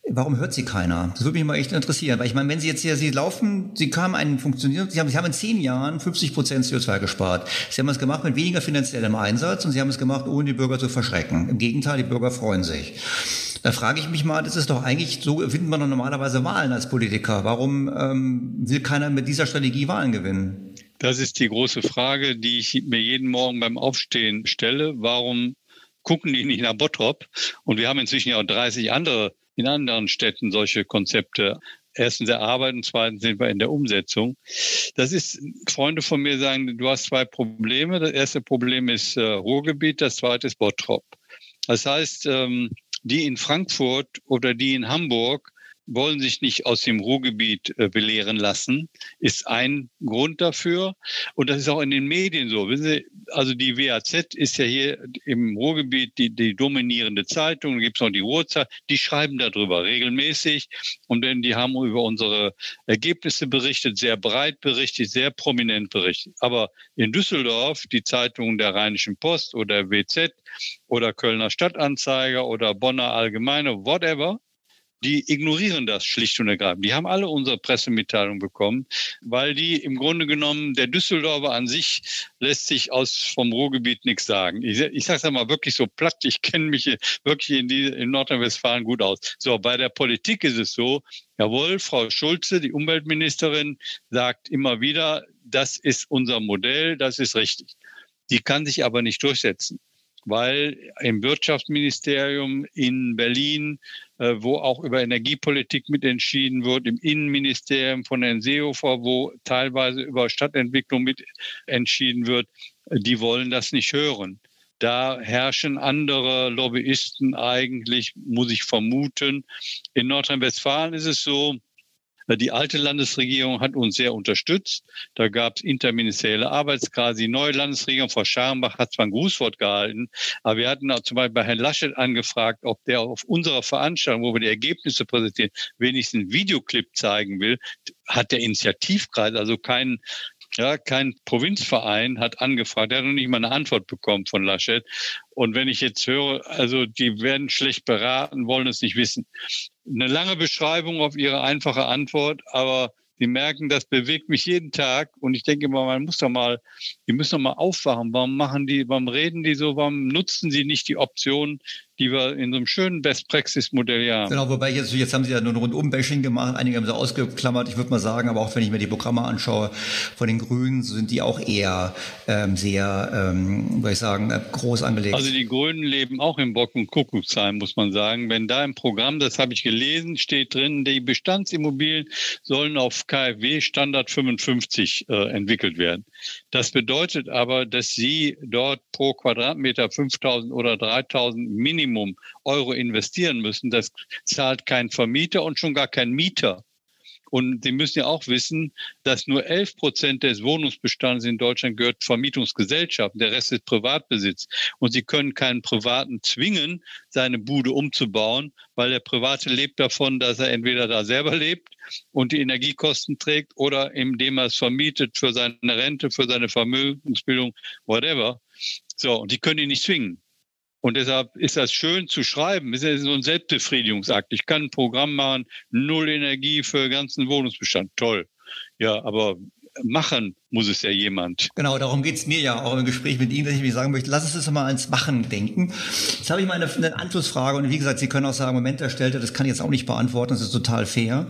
Warum hört sie keiner? Das würde mich mal echt interessieren. Weil ich meine, wenn Sie jetzt hier, Sie laufen, Sie haben einen funktionieren, Sie haben, Sie haben in zehn Jahren fünfzig Prozent C O zwei gespart. Sie haben es gemacht mit weniger finanziellem Einsatz und Sie haben es gemacht, ohne die Bürger zu verschrecken. Im Gegenteil, die Bürger freuen sich. Da frage ich mich mal, das ist doch eigentlich, so findet man doch normalerweise Wahlen als Politiker. Warum ähm, will keiner mit dieser Strategie Wahlen gewinnen? Das ist die große Frage, die ich mir jeden Morgen beim Aufstehen stelle. Warum gucken die nicht nach Bottrop? Und wir haben inzwischen ja auch dreißig andere in anderen Städten solche Konzepte. Erstens erarbeiten, zweitens sind wir in der Umsetzung. Das ist, Freunde von mir sagen, du hast zwei Probleme. Das erste Problem ist äh, Ruhrgebiet, das zweite ist Bottrop. Das heißt, ähm, die in Frankfurt oder die in Hamburg wollen sich nicht aus dem Ruhrgebiet äh, belehren lassen, ist ein Grund dafür. Und das ist auch in den Medien so. Wissen Sie, also die W A Z ist ja hier im Ruhrgebiet die, die dominierende Zeitung. Da gibt es noch die Ruhrzeit. Die schreiben darüber regelmäßig. Und denn die haben über unsere Ergebnisse berichtet, sehr breit berichtet, sehr prominent berichtet. Aber in Düsseldorf, die Zeitung der Rheinischen Post oder W Z oder Kölner Stadtanzeiger oder Bonner Allgemeine, whatever, die ignorieren das schlicht und ergreifend. Die haben alle unsere Pressemitteilung bekommen, weil die im Grunde genommen, der Düsseldorfer an sich lässt sich aus vom Ruhrgebiet nichts sagen. Ich, ich sage es mal wirklich so platt, ich kenne mich wirklich in, die, in Nordrhein-Westfalen gut aus. So, bei der Politik ist es so, jawohl, Frau Schulze, die Umweltministerin, sagt immer wieder, das ist unser Modell, das ist richtig. Die kann sich aber nicht durchsetzen, weil im Wirtschaftsministerium in Berlin, äh, wo auch über Energiepolitik mitentschieden wird, im Innenministerium von Herrn Seehofer, wo teilweise über Stadtentwicklung mitentschieden wird, die wollen das nicht hören. Da herrschen andere Lobbyisten eigentlich, muss ich vermuten. In Nordrhein-Westfalen ist es so, die alte Landesregierung hat uns sehr unterstützt. Da gab es interministerielle Arbeitskreise. Die neue Landesregierung, Frau Scharenbach, hat zwar ein Grußwort gehalten, aber wir hatten auch zum Beispiel bei Herrn Laschet angefragt, ob der auf unserer Veranstaltung, wo wir die Ergebnisse präsentieren, wenigstens einen Videoclip zeigen will. Hat der Initiativkreis, also kein Ja, kein Provinzverein hat angefragt, der hat noch nicht mal eine Antwort bekommen von Laschet. Und wenn ich jetzt höre, also die werden schlecht beraten, wollen es nicht wissen. Eine lange Beschreibung auf Ihre einfache Antwort, aber Sie merken, das bewegt mich jeden Tag. Und ich denke immer, man muss doch mal, die müssen doch mal aufwachen. Warum machen die, warum reden die so, warum nutzen sie nicht die Optionen, die wir in so einem schönen Best-Praxis-Modell haben? Genau, wobei jetzt, jetzt haben Sie ja nur ein Rundum-Bashing gemacht. Einige haben sie ausgeklammert. Ich würde mal sagen, aber auch wenn ich mir die Programme anschaue von den Grünen, so sind die auch eher ähm, sehr, ähm, würde ich sagen, groß angelegt. Also die Grünen leben auch im Bock- und Kuckucksheim, muss man sagen. Wenn da im Programm, das habe ich gelesen, steht drin, die Bestandsimmobilien sollen auf K f W-Standard fünfundfünfzig äh, entwickelt werden. Das bedeutet aber, dass Sie dort pro Quadratmeter fünftausend oder dreitausend Minimum Euro investieren müssen. Das zahlt kein Vermieter und schon gar kein Mieter. Und Sie müssen ja auch wissen, dass nur elf Prozent des Wohnungsbestands in Deutschland gehört Vermietungsgesellschaften. Der Rest ist Privatbesitz. Und Sie können keinen Privaten zwingen, seine Bude umzubauen, weil der Private lebt davon, dass er entweder da selber lebt und die Energiekosten trägt oder indem er es vermietet für seine Rente, für seine Vermögensbildung, whatever. So, und die können ihn nicht zwingen. Und deshalb ist das schön zu schreiben. Es ist so ein Selbstbefriedigungsakt. Ich kann ein Programm machen, null Energie für den ganzen Wohnungsbestand. Toll. Ja, aber machen muss es ja jemand. Genau, darum geht es mir ja auch im Gespräch mit Ihnen, dass ich mir sagen möchte, lass uns das mal ans Machen denken. Jetzt habe ich mal eine, eine Anschlussfrage und wie gesagt, Sie können auch sagen, Moment, Herr Stelter, das kann ich jetzt auch nicht beantworten, das ist total fair.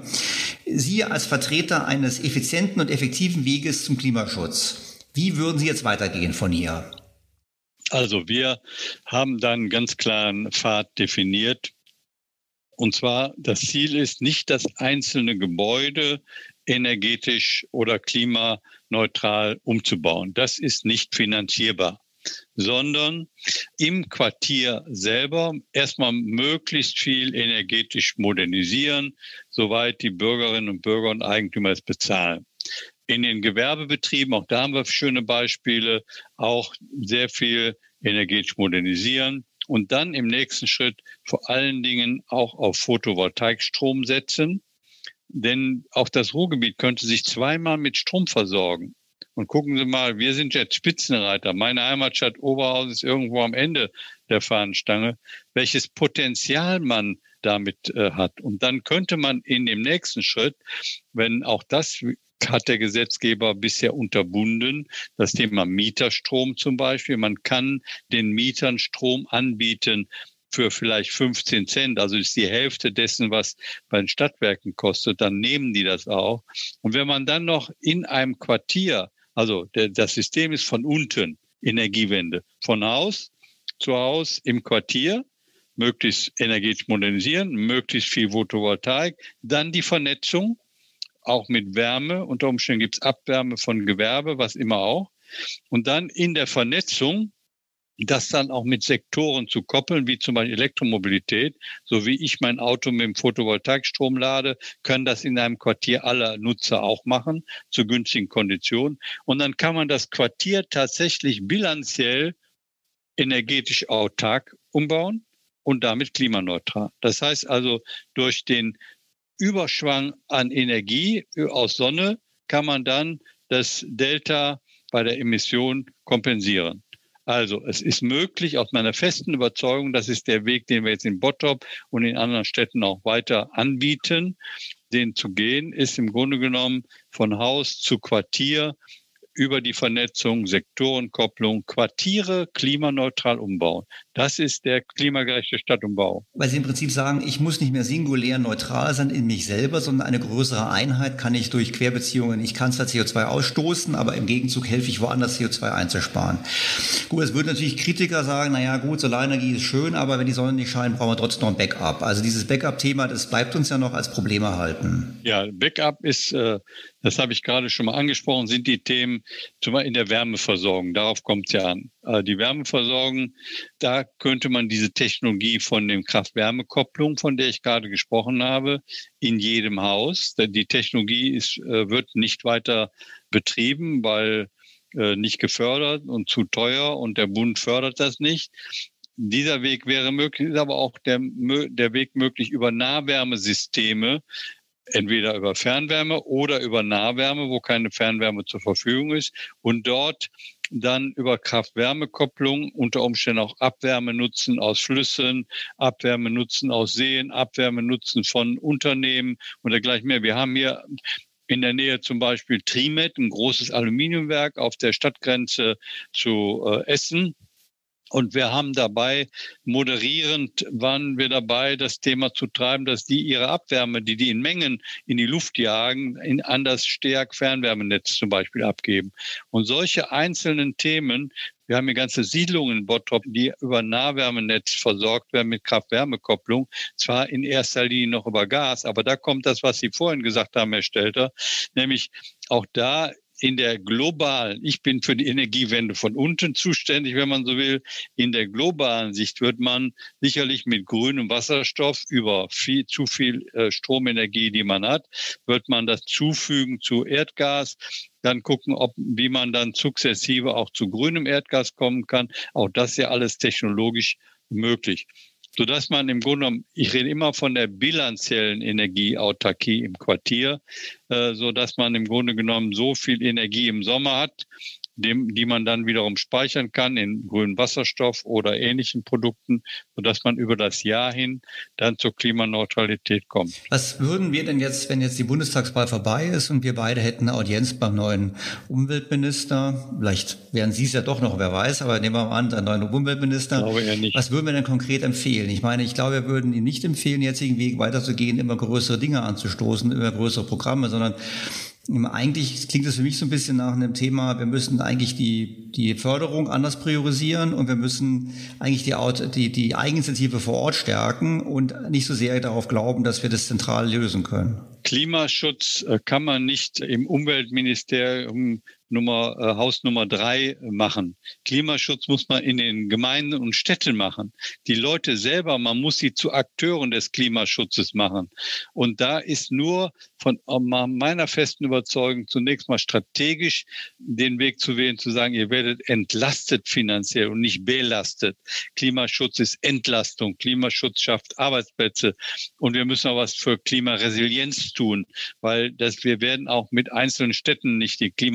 Sie als Vertreter eines effizienten und effektiven Weges zum Klimaschutz, wie würden Sie jetzt weitergehen von hier? Also wir haben dann einen ganz klaren Pfad definiert. Und zwar, das Ziel ist nicht, das einzelne Gebäude energetisch oder klimaneutral umzubauen. Das ist nicht finanzierbar, sondern im Quartier selber erstmal möglichst viel energetisch modernisieren, soweit die Bürgerinnen und Bürger und Eigentümer es bezahlen. In den Gewerbebetrieben, auch da haben wir schöne Beispiele, auch sehr viel energetisch modernisieren und dann im nächsten Schritt vor allen Dingen auch auf Photovoltaikstrom setzen. Denn auch das Ruhrgebiet könnte sich zweimal mit Strom versorgen. Und gucken Sie mal, wir sind jetzt Spitzenreiter. Meine Heimatstadt Oberhausen ist irgendwo am Ende der Fahnenstange. Welches Potenzial man damit äh, hat. Und dann könnte man in dem nächsten Schritt, wenn auch das hat der Gesetzgeber bisher unterbunden, das Thema Mieterstrom zum Beispiel. Man kann den Mietern Strom anbieten für vielleicht fünfzehn Cent, also ist die Hälfte dessen, was bei den Stadtwerken kostet, dann nehmen die das auch. Und wenn man dann noch in einem Quartier, also der, das System ist von unten, Energiewende, von Haus zu Haus im Quartier, möglichst energetisch modernisieren, möglichst viel Photovoltaik, dann die Vernetzung, auch mit Wärme, unter Umständen gibt es Abwärme von Gewerbe, was immer auch. Und dann in der Vernetzung, das dann auch mit Sektoren zu koppeln, wie zum Beispiel Elektromobilität, so wie ich mein Auto mit dem Photovoltaikstrom lade, können das in einem Quartier aller Nutzer auch machen, zu günstigen Konditionen. Und dann kann man das Quartier tatsächlich bilanziell energetisch autark umbauen und damit klimaneutral. Das heißt also, durch den Überschwang an Energie aus Sonne kann man dann das Delta bei der Emission kompensieren. Also es ist möglich, aus meiner festen Überzeugung, das ist der Weg, den wir jetzt in Bottrop und in anderen Städten auch weiter anbieten, den zu gehen, ist im Grunde genommen von Haus zu Quartier über die Vernetzung, Sektorenkopplung, Quartiere klimaneutral umbauen. Das ist der klimagerechte Stadtumbau. Weil Sie im Prinzip sagen, ich muss nicht mehr singulär neutral sein in mich selber, sondern eine größere Einheit kann ich durch Querbeziehungen, ich kann zwar C O zwei ausstoßen, aber im Gegenzug helfe ich woanders C O zwei einzusparen. Gut, es würden natürlich Kritiker sagen, naja gut, Solarenergie ist schön, aber wenn die Sonne nicht scheint, brauchen wir trotzdem noch ein Backup. Also dieses Backup-Thema, das bleibt uns ja noch als Problem erhalten. Ja, Backup ist, das habe ich gerade schon mal angesprochen, sind die Themen zum Beispiel in der Wärmeversorgung. Darauf kommt es ja an. Die Wärmeversorgung, da könnte man diese Technologie von dem Kraft-Wärme-Kopplung, von der ich gerade gesprochen habe, in jedem Haus. Die Technologie ist, wird nicht weiter betrieben, weil nicht gefördert und zu teuer und der Bund fördert das nicht. Dieser Weg wäre möglich, ist aber auch der, der Weg möglich über Nahwärmesysteme, entweder über Fernwärme oder über Nahwärme, wo keine Fernwärme zur Verfügung ist, und dort dann über Kraft-Wärme-Kopplung unter Umständen auch Abwärme nutzen aus Flüssen, Abwärme nutzen aus Seen, Abwärme nutzen von Unternehmen und dergleichen mehr. Wir haben hier in der Nähe zum Beispiel Trimet, ein großes Aluminiumwerk auf der Stadtgrenze zu äh, Essen. Und wir haben dabei, moderierend waren wir dabei, das Thema zu treiben, dass die ihre Abwärme, die die in Mengen in die Luft jagen, in an das Stärk-Fernwärmenetz zum Beispiel abgeben. Und solche einzelnen Themen, wir haben hier ganze Siedlungen in Bottrop, die über Nahwärmenetz versorgt werden mit Kraft-Wärme-Kopplung, zwar in erster Linie noch über Gas, aber da kommt das, was Sie vorhin gesagt haben, Herr Stelter, nämlich auch da in der globalen, ich bin für die Energiewende von unten zuständig, wenn man so will, in der globalen Sicht wird man sicherlich mit grünem Wasserstoff über viel, zu viel äh, Stromenergie, die man hat, wird man das zufügen zu Erdgas, dann gucken, ob, wie man dann sukzessive auch zu grünem Erdgas kommen kann. Auch das ist ja alles technologisch möglich. Sodass man im Grunde genommen, ich rede immer von der bilanziellen Energieautarkie im Quartier, äh, sodass man im Grunde genommen so viel Energie im Sommer hat, dem, die man dann wiederum speichern kann in grünen Wasserstoff oder ähnlichen Produkten, sodass man über das Jahr hin dann zur Klimaneutralität kommt. Was würden wir denn jetzt, wenn jetzt die Bundestagswahl vorbei ist und wir beide hätten eine Audienz beim neuen Umweltminister, vielleicht wären Sie es ja doch noch, wer weiß, aber nehmen wir mal an, der neue Umweltminister. Ich glaube eher nicht. Was würden wir denn konkret empfehlen? Ich meine, ich glaube, wir würden Ihnen nicht empfehlen, den jetzigen Weg weiterzugehen, immer größere Dinge anzustoßen, immer größere Programme, sondern eigentlich klingt es für mich so ein bisschen nach einem Thema, wir müssen eigentlich die, die Förderung anders priorisieren und wir müssen eigentlich die, die, die Eigeninitiative vor Ort stärken und nicht so sehr darauf glauben, dass wir das zentral lösen können. Klimaschutz kann man nicht im Umweltministerium Nummer, äh, Haus Nummer drei machen. Klimaschutz muss man in den Gemeinden und Städten machen. Die Leute selber, man muss sie zu Akteuren des Klimaschutzes machen. Und da ist nur von meiner festen Überzeugung zunächst mal strategisch den Weg zu wählen, zu sagen, ihr werdet entlastet finanziell und nicht belastet. Klimaschutz ist Entlastung. Klimaschutz schafft Arbeitsplätze. Und wir müssen auch was für Klimaresilienz tun, weil das, wir werden auch mit einzelnen Städten nicht den Klimawandel stoppen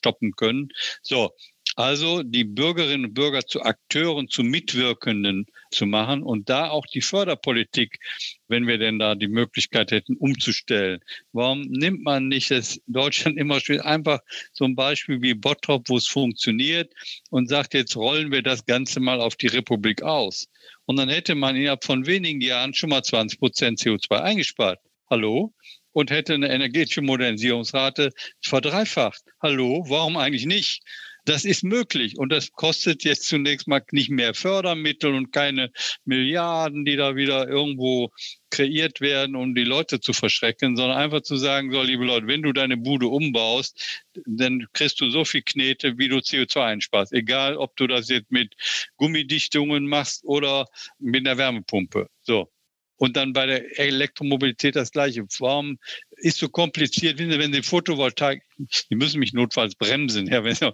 stoppen können. So, also die Bürgerinnen und Bürger zu Akteuren, zu Mitwirkenden zu machen und da auch die Förderpolitik, wenn wir denn da die Möglichkeit hätten, umzustellen. Warum nimmt man nicht das Deutschland immer schön einfach so ein Beispiel wie Bottrop, wo es funktioniert und sagt, jetzt rollen wir das Ganze mal auf die Republik aus. Und dann hätte man innerhalb von wenigen Jahren schon mal zwanzig Prozent C O zwei eingespart. Hallo? Und hätte eine energetische Modernisierungsrate verdreifacht. Hallo? Warum eigentlich nicht? Das ist möglich und das kostet jetzt zunächst mal nicht mehr Fördermittel und keine Milliarden, die da wieder irgendwo kreiert werden, um die Leute zu verschrecken, sondern einfach zu sagen, so liebe Leute, wenn du deine Bude umbaust, dann kriegst du so viel Knete, wie du C O zwei einsparst. Egal, ob du das jetzt mit Gummidichtungen machst oder mit einer Wärmepumpe. So. Und dann bei der Elektromobilität das Gleiche. Warum ist so kompliziert, wenn Sie Photovoltaik, die müssen mich notfalls bremsen. Ja, wenn, ja.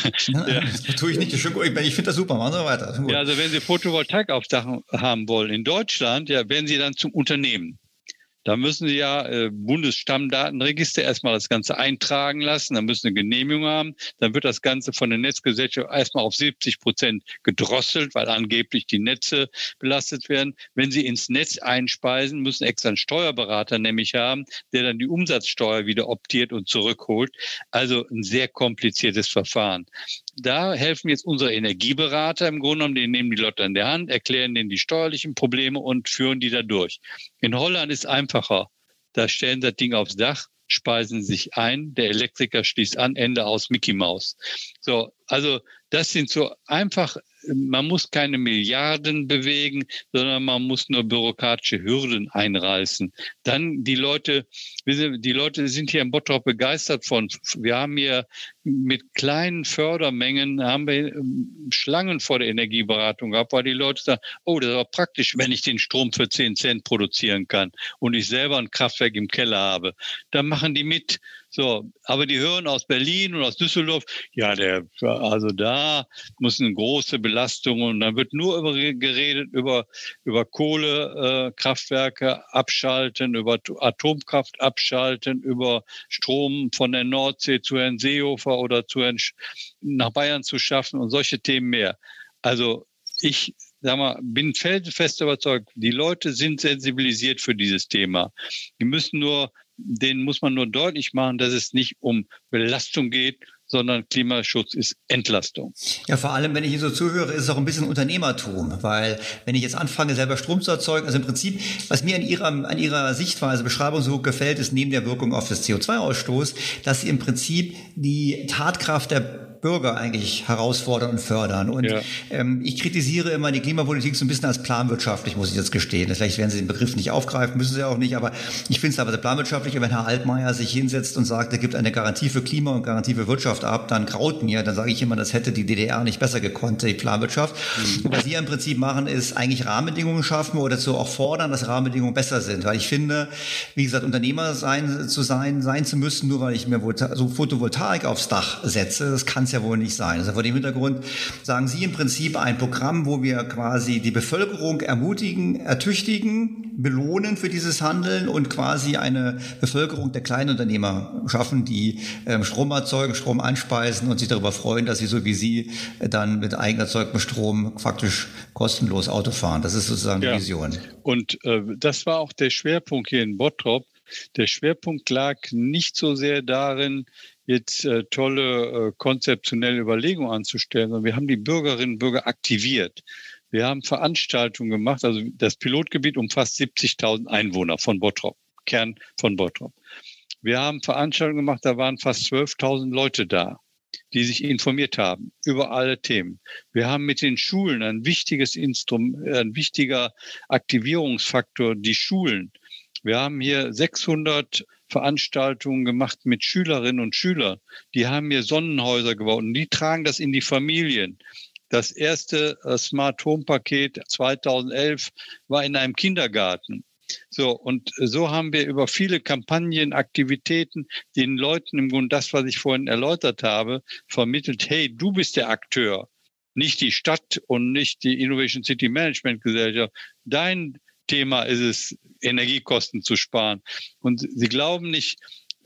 Das tue ich nicht. Ich finde das super, machen Sie weiter. Ja, also wenn Sie Photovoltaik aufs Dach haben wollen in Deutschland, ja, werden Sie dann zum Unternehmen. Da müssen Sie ja äh, Bundesstammdatenregister erstmal das Ganze eintragen lassen, dann müssen Sie eine Genehmigung haben, dann wird das Ganze von der Netzgesellschaft erstmal auf siebzig Prozent gedrosselt, weil angeblich die Netze belastet werden. Wenn Sie ins Netz einspeisen, müssen extra einen Steuerberater nämlich haben, der dann die Umsatzsteuer wieder optiert und zurückholt. Also ein sehr kompliziertes Verfahren. Da helfen jetzt unsere Energieberater im Grunde genommen, die nehmen die Leute an der Hand, erklären denen die steuerlichen Probleme und führen die da durch. In Holland ist einfacher. Da stellen sie das Ding aufs Dach, speisen sich ein, der Elektriker schließt an, Ende aus, Mickey Maus. So, also das sind so einfach, man muss keine Milliarden bewegen, sondern man muss nur bürokratische Hürden einreißen. Dann die Leute, die Leute sind hier in Bottrop begeistert von. Wir haben hier mit kleinen Fördermengen haben wir Schlangen vor der Energieberatung gehabt, weil die Leute sagen, oh, das ist auch praktisch, wenn ich den Strom für zehn Cent produzieren kann und ich selber ein Kraftwerk im Keller habe. Dann machen die mit. So, aber die hören aus Berlin und aus Düsseldorf, ja, der, also da muss eine große Belastung und dann wird nur über geredet über über Kohlekraftwerke äh, abschalten, über Atomkraft abschalten, über Strom von der Nordsee zu Herrn Seehofer oder zu Herrn Sch- nach Bayern zu schaffen und solche Themen mehr. Also ich sag mal, bin felsenfest überzeugt, die Leute sind sensibilisiert für dieses Thema. Die müssen nur denen muss man nur deutlich machen, dass es nicht um Belastung geht, sondern Klimaschutz ist Entlastung. Ja, vor allem, wenn ich Ihnen so zuhöre, ist es auch ein bisschen Unternehmertum, weil wenn ich jetzt anfange, selber Strom zu erzeugen, also im Prinzip, was mir an Ihrer, an Ihrer Sichtweise, Beschreibung so gefällt, ist neben der Wirkung auf das C O zwei Ausstoß, dass Sie im Prinzip die Tatkraft der Bürger eigentlich herausfordern und fördern. Und ja. ähm, ich kritisiere immer die Klimapolitik so ein bisschen als planwirtschaftlich, muss ich jetzt gestehen. Vielleicht werden Sie den Begriff nicht aufgreifen, müssen Sie auch nicht, aber ich finde es aber sehr planwirtschaftlich, wenn Herr Altmaier sich hinsetzt und sagt, er gibt eine Garantie für Klima und Garantie für Wirtschaft ab, dann graut mir, dann sage ich immer, das hätte die D D R nicht besser gekonnt, die Planwirtschaft. Mhm. Und was Sie im Prinzip machen, ist eigentlich Rahmenbedingungen schaffen oder so auch fordern, dass Rahmenbedingungen besser sind. Weil ich finde, wie gesagt, Unternehmer sein zu sein, sein zu müssen, nur weil ich mir so Photovoltaik aufs Dach setze, das kann es ja wohl nicht sein. Also vor dem Hintergrund sagen Sie im Prinzip ein Programm, wo wir quasi die Bevölkerung ermutigen, ertüchtigen, belohnen für dieses Handeln und quasi eine Bevölkerung der Kleinunternehmer schaffen, die ähm, Strom erzeugen, Strom anspeisen und sich darüber freuen, dass sie so wie Sie äh, dann mit eigen erzeugtem Strom faktisch kostenlos Auto fahren. Das ist sozusagen die ja. Vision. Und äh, das war auch der Schwerpunkt hier in Bottrop. Der Schwerpunkt lag nicht so sehr darin, jetzt äh, tolle äh, konzeptionelle Überlegungen anzustellen, sondern wir haben die Bürgerinnen und Bürger aktiviert. Wir haben Veranstaltungen gemacht, also das Pilotgebiet umfasst siebzigtausend Einwohner von Bottrop, Kern von Bottrop. Wir haben Veranstaltungen gemacht, da waren fast zwölftausend Leute da, die sich informiert haben über alle Themen. Wir haben mit den Schulen ein wichtiges Instrument, ein wichtiger Aktivierungsfaktor, die Schulen. Wir haben hier sechshundert Veranstaltungen gemacht mit Schülerinnen und Schülern. Die haben hier Sonnenhäuser gebaut und die tragen das in die Familien. Das erste Smart Home Paket zweitausendelf war in einem Kindergarten. So, und so haben wir über viele Kampagnen, Aktivitäten den Leuten im Grunde das, was ich vorhin erläutert habe, vermittelt, hey, du bist der Akteur, nicht die Stadt und nicht die Innovation City Management Gesellschaft. Dein Thema ist es, Energiekosten zu sparen. Und Sie glauben nicht,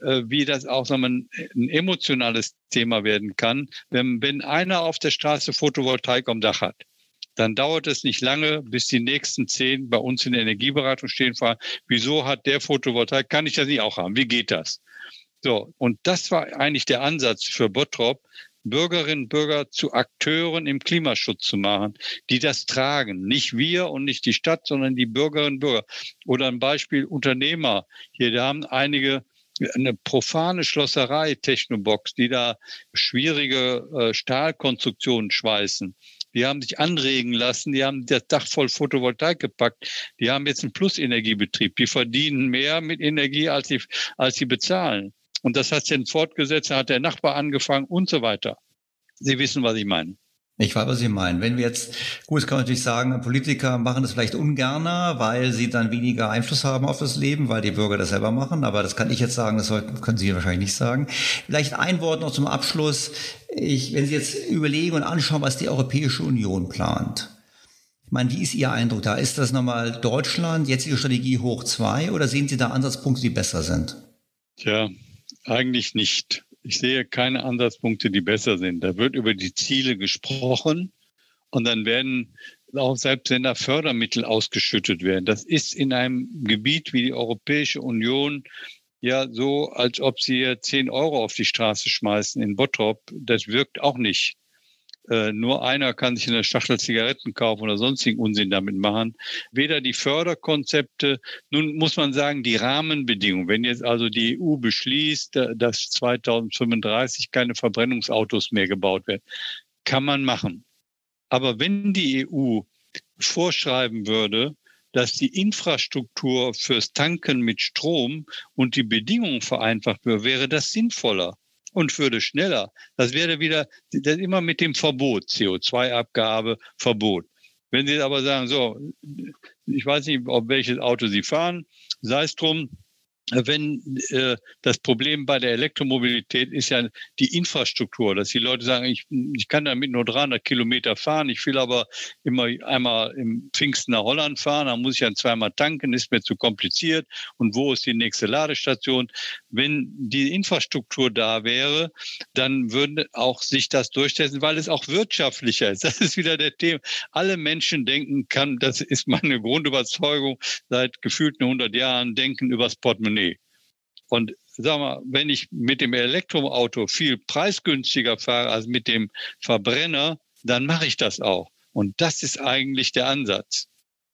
wie das auch sagen wir, ein emotionales Thema werden kann. Wenn, wenn einer auf der Straße Photovoltaik am Dach hat, dann dauert es nicht lange, bis die nächsten zehn bei uns in der Energieberatung stehen, fragen, wieso hat der Photovoltaik, kann ich das nicht auch haben? Wie geht das? So, und das war eigentlich der Ansatz für Bottrop, Bürgerinnen und Bürger zu Akteuren im Klimaschutz zu machen, die das tragen. Nicht wir und nicht die Stadt, sondern die Bürgerinnen und Bürger. Oder ein Beispiel Unternehmer. Hier, da haben einige eine profane Schlosserei, Technobox, die da schwierige äh, Stahlkonstruktionen schweißen. Die haben sich anregen lassen, die haben das Dach voll Photovoltaik gepackt. Die haben jetzt einen Plus-Energiebetrieb. Die verdienen mehr mit Energie, als sie, als sie bezahlen. Und das hat sich dann fortgesetzt, da hat der Nachbar angefangen und so weiter. Sie wissen, was ich meine. Ich weiß, was Sie meinen. Wenn wir jetzt, gut, das kann man natürlich sagen, Politiker machen das vielleicht ungerner, weil sie dann weniger Einfluss haben auf das Leben, weil die Bürger das selber machen. Aber das kann ich jetzt sagen, das können Sie wahrscheinlich nicht sagen. Vielleicht ein Wort noch zum Abschluss. Ich, wenn Sie jetzt überlegen und anschauen, was die Europäische Union plant. Ich meine, wie ist Ihr Eindruck da? Ist das nochmal Deutschland, jetzige Strategie hoch zwei, oder sehen Sie da Ansatzpunkte, die besser sind? Tja, eigentlich nicht. Ich sehe keine Ansatzpunkte, die besser sind. Da wird über die Ziele gesprochen und dann werden auch selbst wenn da Fördermittel ausgeschüttet werden. Das ist in einem Gebiet wie die Europäische Union ja so, als ob sie hier zehn Euro auf die Straße schmeißen in Bottrop. Das wirkt auch nicht. Äh, nur einer kann sich eine Schachtel Zigaretten kaufen oder sonstigen Unsinn damit machen. Weder die Förderkonzepte, nun muss man sagen, die Rahmenbedingungen. Wenn jetzt also die E U beschließt, dass zweitausendfünfunddreißig keine Verbrennungsautos mehr gebaut werden, kann man machen. Aber wenn die E U vorschreiben würde, dass die Infrastruktur fürs Tanken mit Strom und die Bedingungen vereinfacht würde, wäre das sinnvoller und würde schneller. Das wäre wieder das immer mit dem Verbot, C O zwei Abgabe, Verbot. Wenn Sie aber sagen, so, ich weiß nicht, ob welches Auto Sie fahren, sei es drum, wenn äh, das Problem bei der Elektromobilität ist ja die Infrastruktur, dass die Leute sagen, ich, ich kann damit nur dreihundert Kilometer fahren, ich will aber immer einmal im Pfingsten nach Holland fahren, dann muss ich dann zweimal tanken, ist mir zu kompliziert und wo ist die nächste Ladestation? Wenn die Infrastruktur da wäre, dann würde auch sich das durchsetzen, weil es auch wirtschaftlicher ist. Das ist wieder der Thema. Alle Menschen denken kann, das ist meine Grundüberzeugung, seit gefühlten hundert Jahren denken übers Portemonnaie. Und sag mal, wenn ich mit dem Elektroauto viel preisgünstiger fahre als mit dem Verbrenner, dann mache ich das auch. Und das ist eigentlich der Ansatz.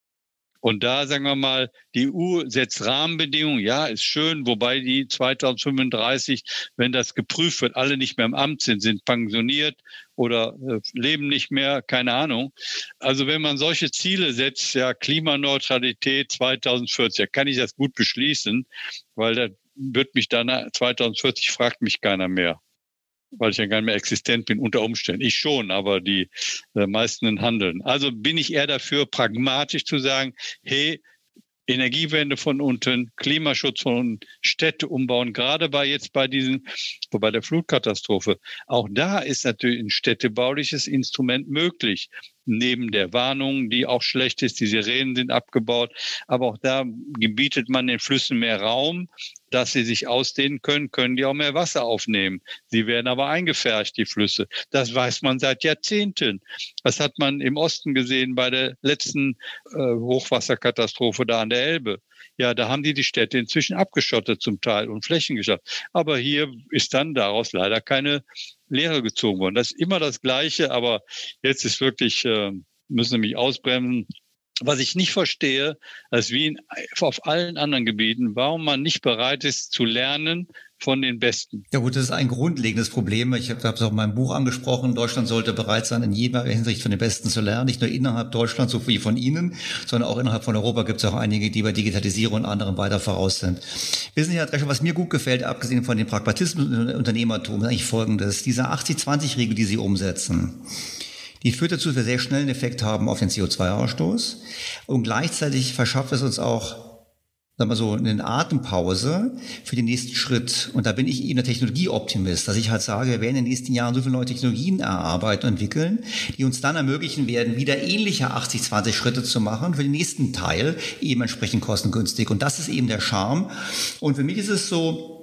Und da, sagen wir mal, die E U setzt Rahmenbedingungen, ja, ist schön, wobei die zweitausendfünfunddreißig, wenn das geprüft wird, alle nicht mehr im Amt sind, sind pensioniert oder äh, leben nicht mehr, keine Ahnung. Also wenn man solche Ziele setzt, ja, Klimaneutralität zweitausendvierzig, kann ich das gut beschließen, weil da wird mich dann zweitausendvierzig fragt mich keiner mehr, weil ich ja gar nicht mehr existent bin unter Umständen. Ich schon, aber die äh, meisten handeln. Also bin ich eher dafür, pragmatisch zu sagen, hey, Energiewende von unten, Klimaschutz von unten, Städte umbauen, gerade bei jetzt bei diesen, bei der Flutkatastrophe. Auch da ist natürlich ein städtebauliches Instrument möglich. Neben der Warnung, die auch schlecht ist, die Sirenen sind abgebaut. Aber auch da gebietet man den Flüssen mehr Raum, dass sie sich ausdehnen können, können die auch mehr Wasser aufnehmen. Sie werden aber eingefärbt, die Flüsse. Das weiß man seit Jahrzehnten. Das hat man im Osten gesehen bei der letzten äh, Hochwasserkatastrophe da an der Elbe. Ja, da haben die die Städte inzwischen abgeschottet zum Teil und Flächen geschafft. Aber hier ist dann daraus leider keine Lehre gezogen worden. Das ist immer das Gleiche, aber jetzt ist wirklich, äh, müssen sie mich ausbremsen. Was ich nicht verstehe, ist wie in, auf allen anderen Gebieten, warum man nicht bereit ist zu lernen von den Besten. Ja gut, das ist ein grundlegendes Problem. Ich habe es auch in meinem Buch angesprochen. Deutschland sollte bereit sein, in jeder Hinsicht von den Besten zu lernen. Nicht nur innerhalb Deutschlands, so wie von Ihnen, sondern auch innerhalb von Europa gibt es auch einige, die bei Digitalisierung und anderen weiter voraus sind. Wissen Sie, Herr Drescher, was mir gut gefällt, abgesehen von dem Pragmatismus und Unternehmertum, ist eigentlich Folgendes. Diese achtzig zwanzig Regel, die Sie umsetzen, die führt dazu, dass wir sehr schnell einen Effekt haben auf den C O zwei Ausstoß und gleichzeitig verschafft es uns auch, sagen wir so, eine Atempause für den nächsten Schritt. Und da bin ich eben der Technologieoptimist, dass ich halt sage, wir werden in den nächsten Jahren so viele neue Technologien erarbeiten und entwickeln, die uns dann ermöglichen werden, wieder ähnliche achtzig zwanzig Schritte zu machen, für den nächsten Teil eben entsprechend kostengünstig. Und das ist eben der Charme. Und für mich ist es so,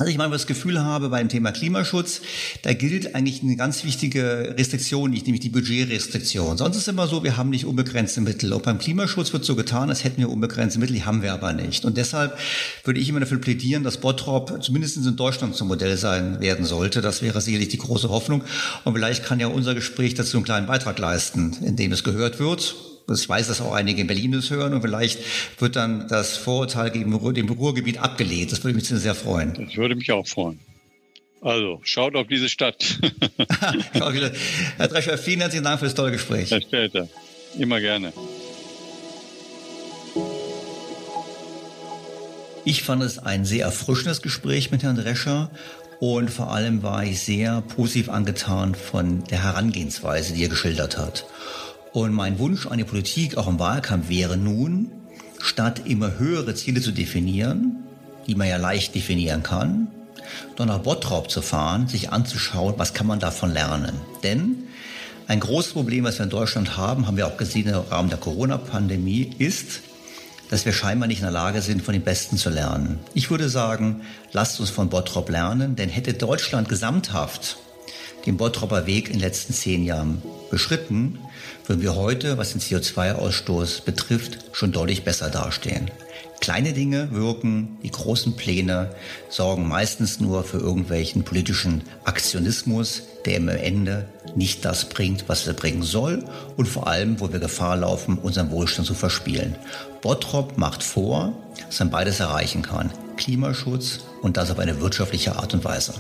Also ich meine, das Gefühl habe, beim Thema Klimaschutz, da gilt eigentlich eine ganz wichtige Restriktion nicht, nämlich die Budgetrestriktion. Sonst ist es immer so, wir haben nicht unbegrenzte Mittel. Und beim Klimaschutz wird so getan, als hätten wir unbegrenzte Mittel, die haben wir aber nicht. Und deshalb würde ich immer dafür plädieren, dass Bottrop zumindest in Deutschland zum Modell sein werden sollte. Das wäre sicherlich die große Hoffnung. Und vielleicht kann ja unser Gespräch dazu einen kleinen Beitrag leisten, in dem es gehört wird. Ich weiß, dass auch einige in Berlin das hören und vielleicht wird dann das Vorurteil gegen dem Ruhrgebiet abgelehnt. Das würde mich sehr freuen. Das würde mich auch freuen. Also, schaut auf diese Stadt. Herr Drescher, vielen herzlichen Dank für das tolle Gespräch. Herr Stelter, immer gerne. Ich fand es ein sehr erfrischendes Gespräch mit Herrn Drescher. Und vor allem war ich sehr positiv angetan von der Herangehensweise, die er geschildert hat. Und mein Wunsch an die Politik, auch im Wahlkampf, wäre nun, statt immer höhere Ziele zu definieren, die man ja leicht definieren kann, doch nach Bottrop zu fahren, sich anzuschauen, was kann man davon lernen. Denn ein großes Problem, was wir in Deutschland haben, haben wir auch gesehen im Rahmen der Corona-Pandemie, ist, dass wir scheinbar nicht in der Lage sind, von den Besten zu lernen. Ich würde sagen, lasst uns von Bottrop lernen, denn hätte Deutschland gesamthaft den Bottroper Weg in den letzten zehn Jahren beschritten, würden wir heute, was den C O zwei Ausstoß betrifft, schon deutlich besser dastehen. Kleine Dinge wirken, die großen Pläne sorgen meistens nur für irgendwelchen politischen Aktionismus, der am Ende nicht das bringt, was er bringen soll und vor allem, wo wir Gefahr laufen, unseren Wohlstand zu verspielen. Bottrop macht vor, dass man beides erreichen kann. Klimaschutz und das auf eine wirtschaftliche Art und Weise.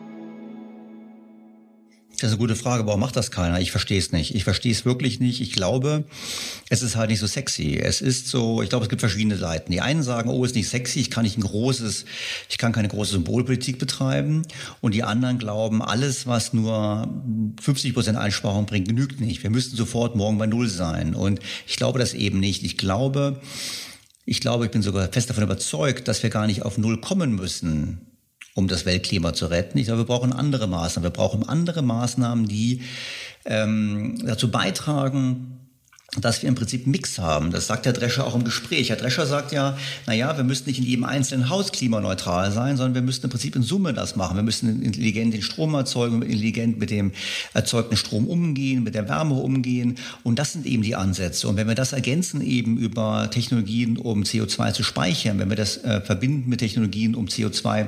Das ist eine gute Frage, warum macht das keiner? Ich verstehe es nicht. Ich verstehe es wirklich nicht. Ich glaube, es ist halt nicht so sexy. Es ist so, ich glaube, es gibt verschiedene Seiten. Die einen sagen, oh, ist nicht sexy, ich kann nicht ein großes, ich kann keine große Symbolpolitik betreiben. Und die anderen glauben, alles, was nur fünfzig Prozent Einsparung bringt, genügt nicht. Wir müssten sofort morgen bei Null sein. Und ich glaube das eben nicht. Ich glaube, ich glaube, ich bin sogar fest davon überzeugt, dass wir gar nicht auf Null kommen müssen, um das Weltklima zu retten. Ich glaube, wir brauchen andere Maßnahmen. Wir brauchen andere Maßnahmen, die ähm, dazu beitragen, dass wir im Prinzip einen Mix haben. Das sagt Herr Drescher auch im Gespräch. Herr Drescher sagt ja, na ja, wir müssen nicht in jedem einzelnen Haus klimaneutral sein, sondern wir müssen im Prinzip in Summe das machen. Wir müssen intelligent den Strom erzeugen, intelligent mit dem erzeugten Strom umgehen, mit der Wärme umgehen. Und das sind eben die Ansätze. Und wenn wir das ergänzen eben über Technologien, um C O zwei zu speichern, wenn wir das äh, verbinden mit Technologien, um C O zwei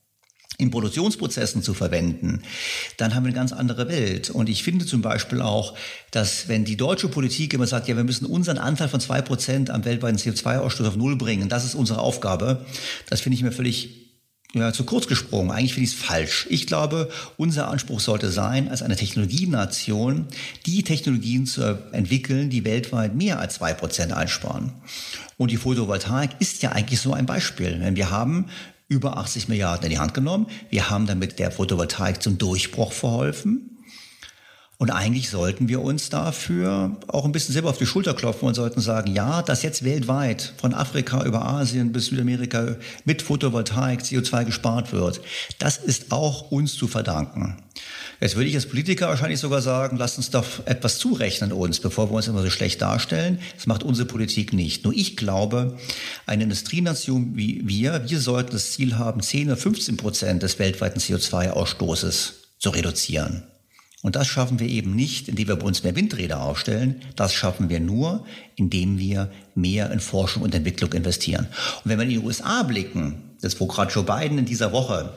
in Produktionsprozessen zu verwenden, dann haben wir eine ganz andere Welt. Und ich finde zum Beispiel auch, dass wenn die deutsche Politik immer sagt, ja, wir müssen unseren Anteil von zwei Prozent am weltweiten C O zwei Ausstoß auf Null bringen, das ist unsere Aufgabe, das finde ich mir völlig ja, zu kurz gesprungen. Eigentlich finde ich es falsch. Ich glaube, unser Anspruch sollte sein, als eine Technologienation die Technologien zu entwickeln, die weltweit mehr als zwei Prozent einsparen. Und die Photovoltaik ist ja eigentlich so ein Beispiel. Denn wir haben über achtzig Milliarden in die Hand genommen. Wir haben damit der Photovoltaik zum Durchbruch verholfen. Und eigentlich sollten wir uns dafür auch ein bisschen selber auf die Schulter klopfen und sollten sagen, ja, dass jetzt weltweit von Afrika über Asien bis Südamerika mit Photovoltaik C O zwei gespart wird, das ist auch uns zu verdanken. Jetzt würde ich als Politiker wahrscheinlich sogar sagen, lasst uns doch etwas zurechnen uns, bevor wir uns immer so schlecht darstellen. Das macht unsere Politik nicht. Nur ich glaube, eine Industrienation wie wir, wir sollten das Ziel haben, zehn oder fünfzehn Prozent des weltweiten C O zwei Ausstoßes zu reduzieren. Und das schaffen wir eben nicht, indem wir bei uns mehr Windräder aufstellen. Das schaffen wir nur, indem wir mehr in Forschung und Entwicklung investieren. Und wenn wir in die U S A blicken, das wo gerade Joe Biden in dieser Woche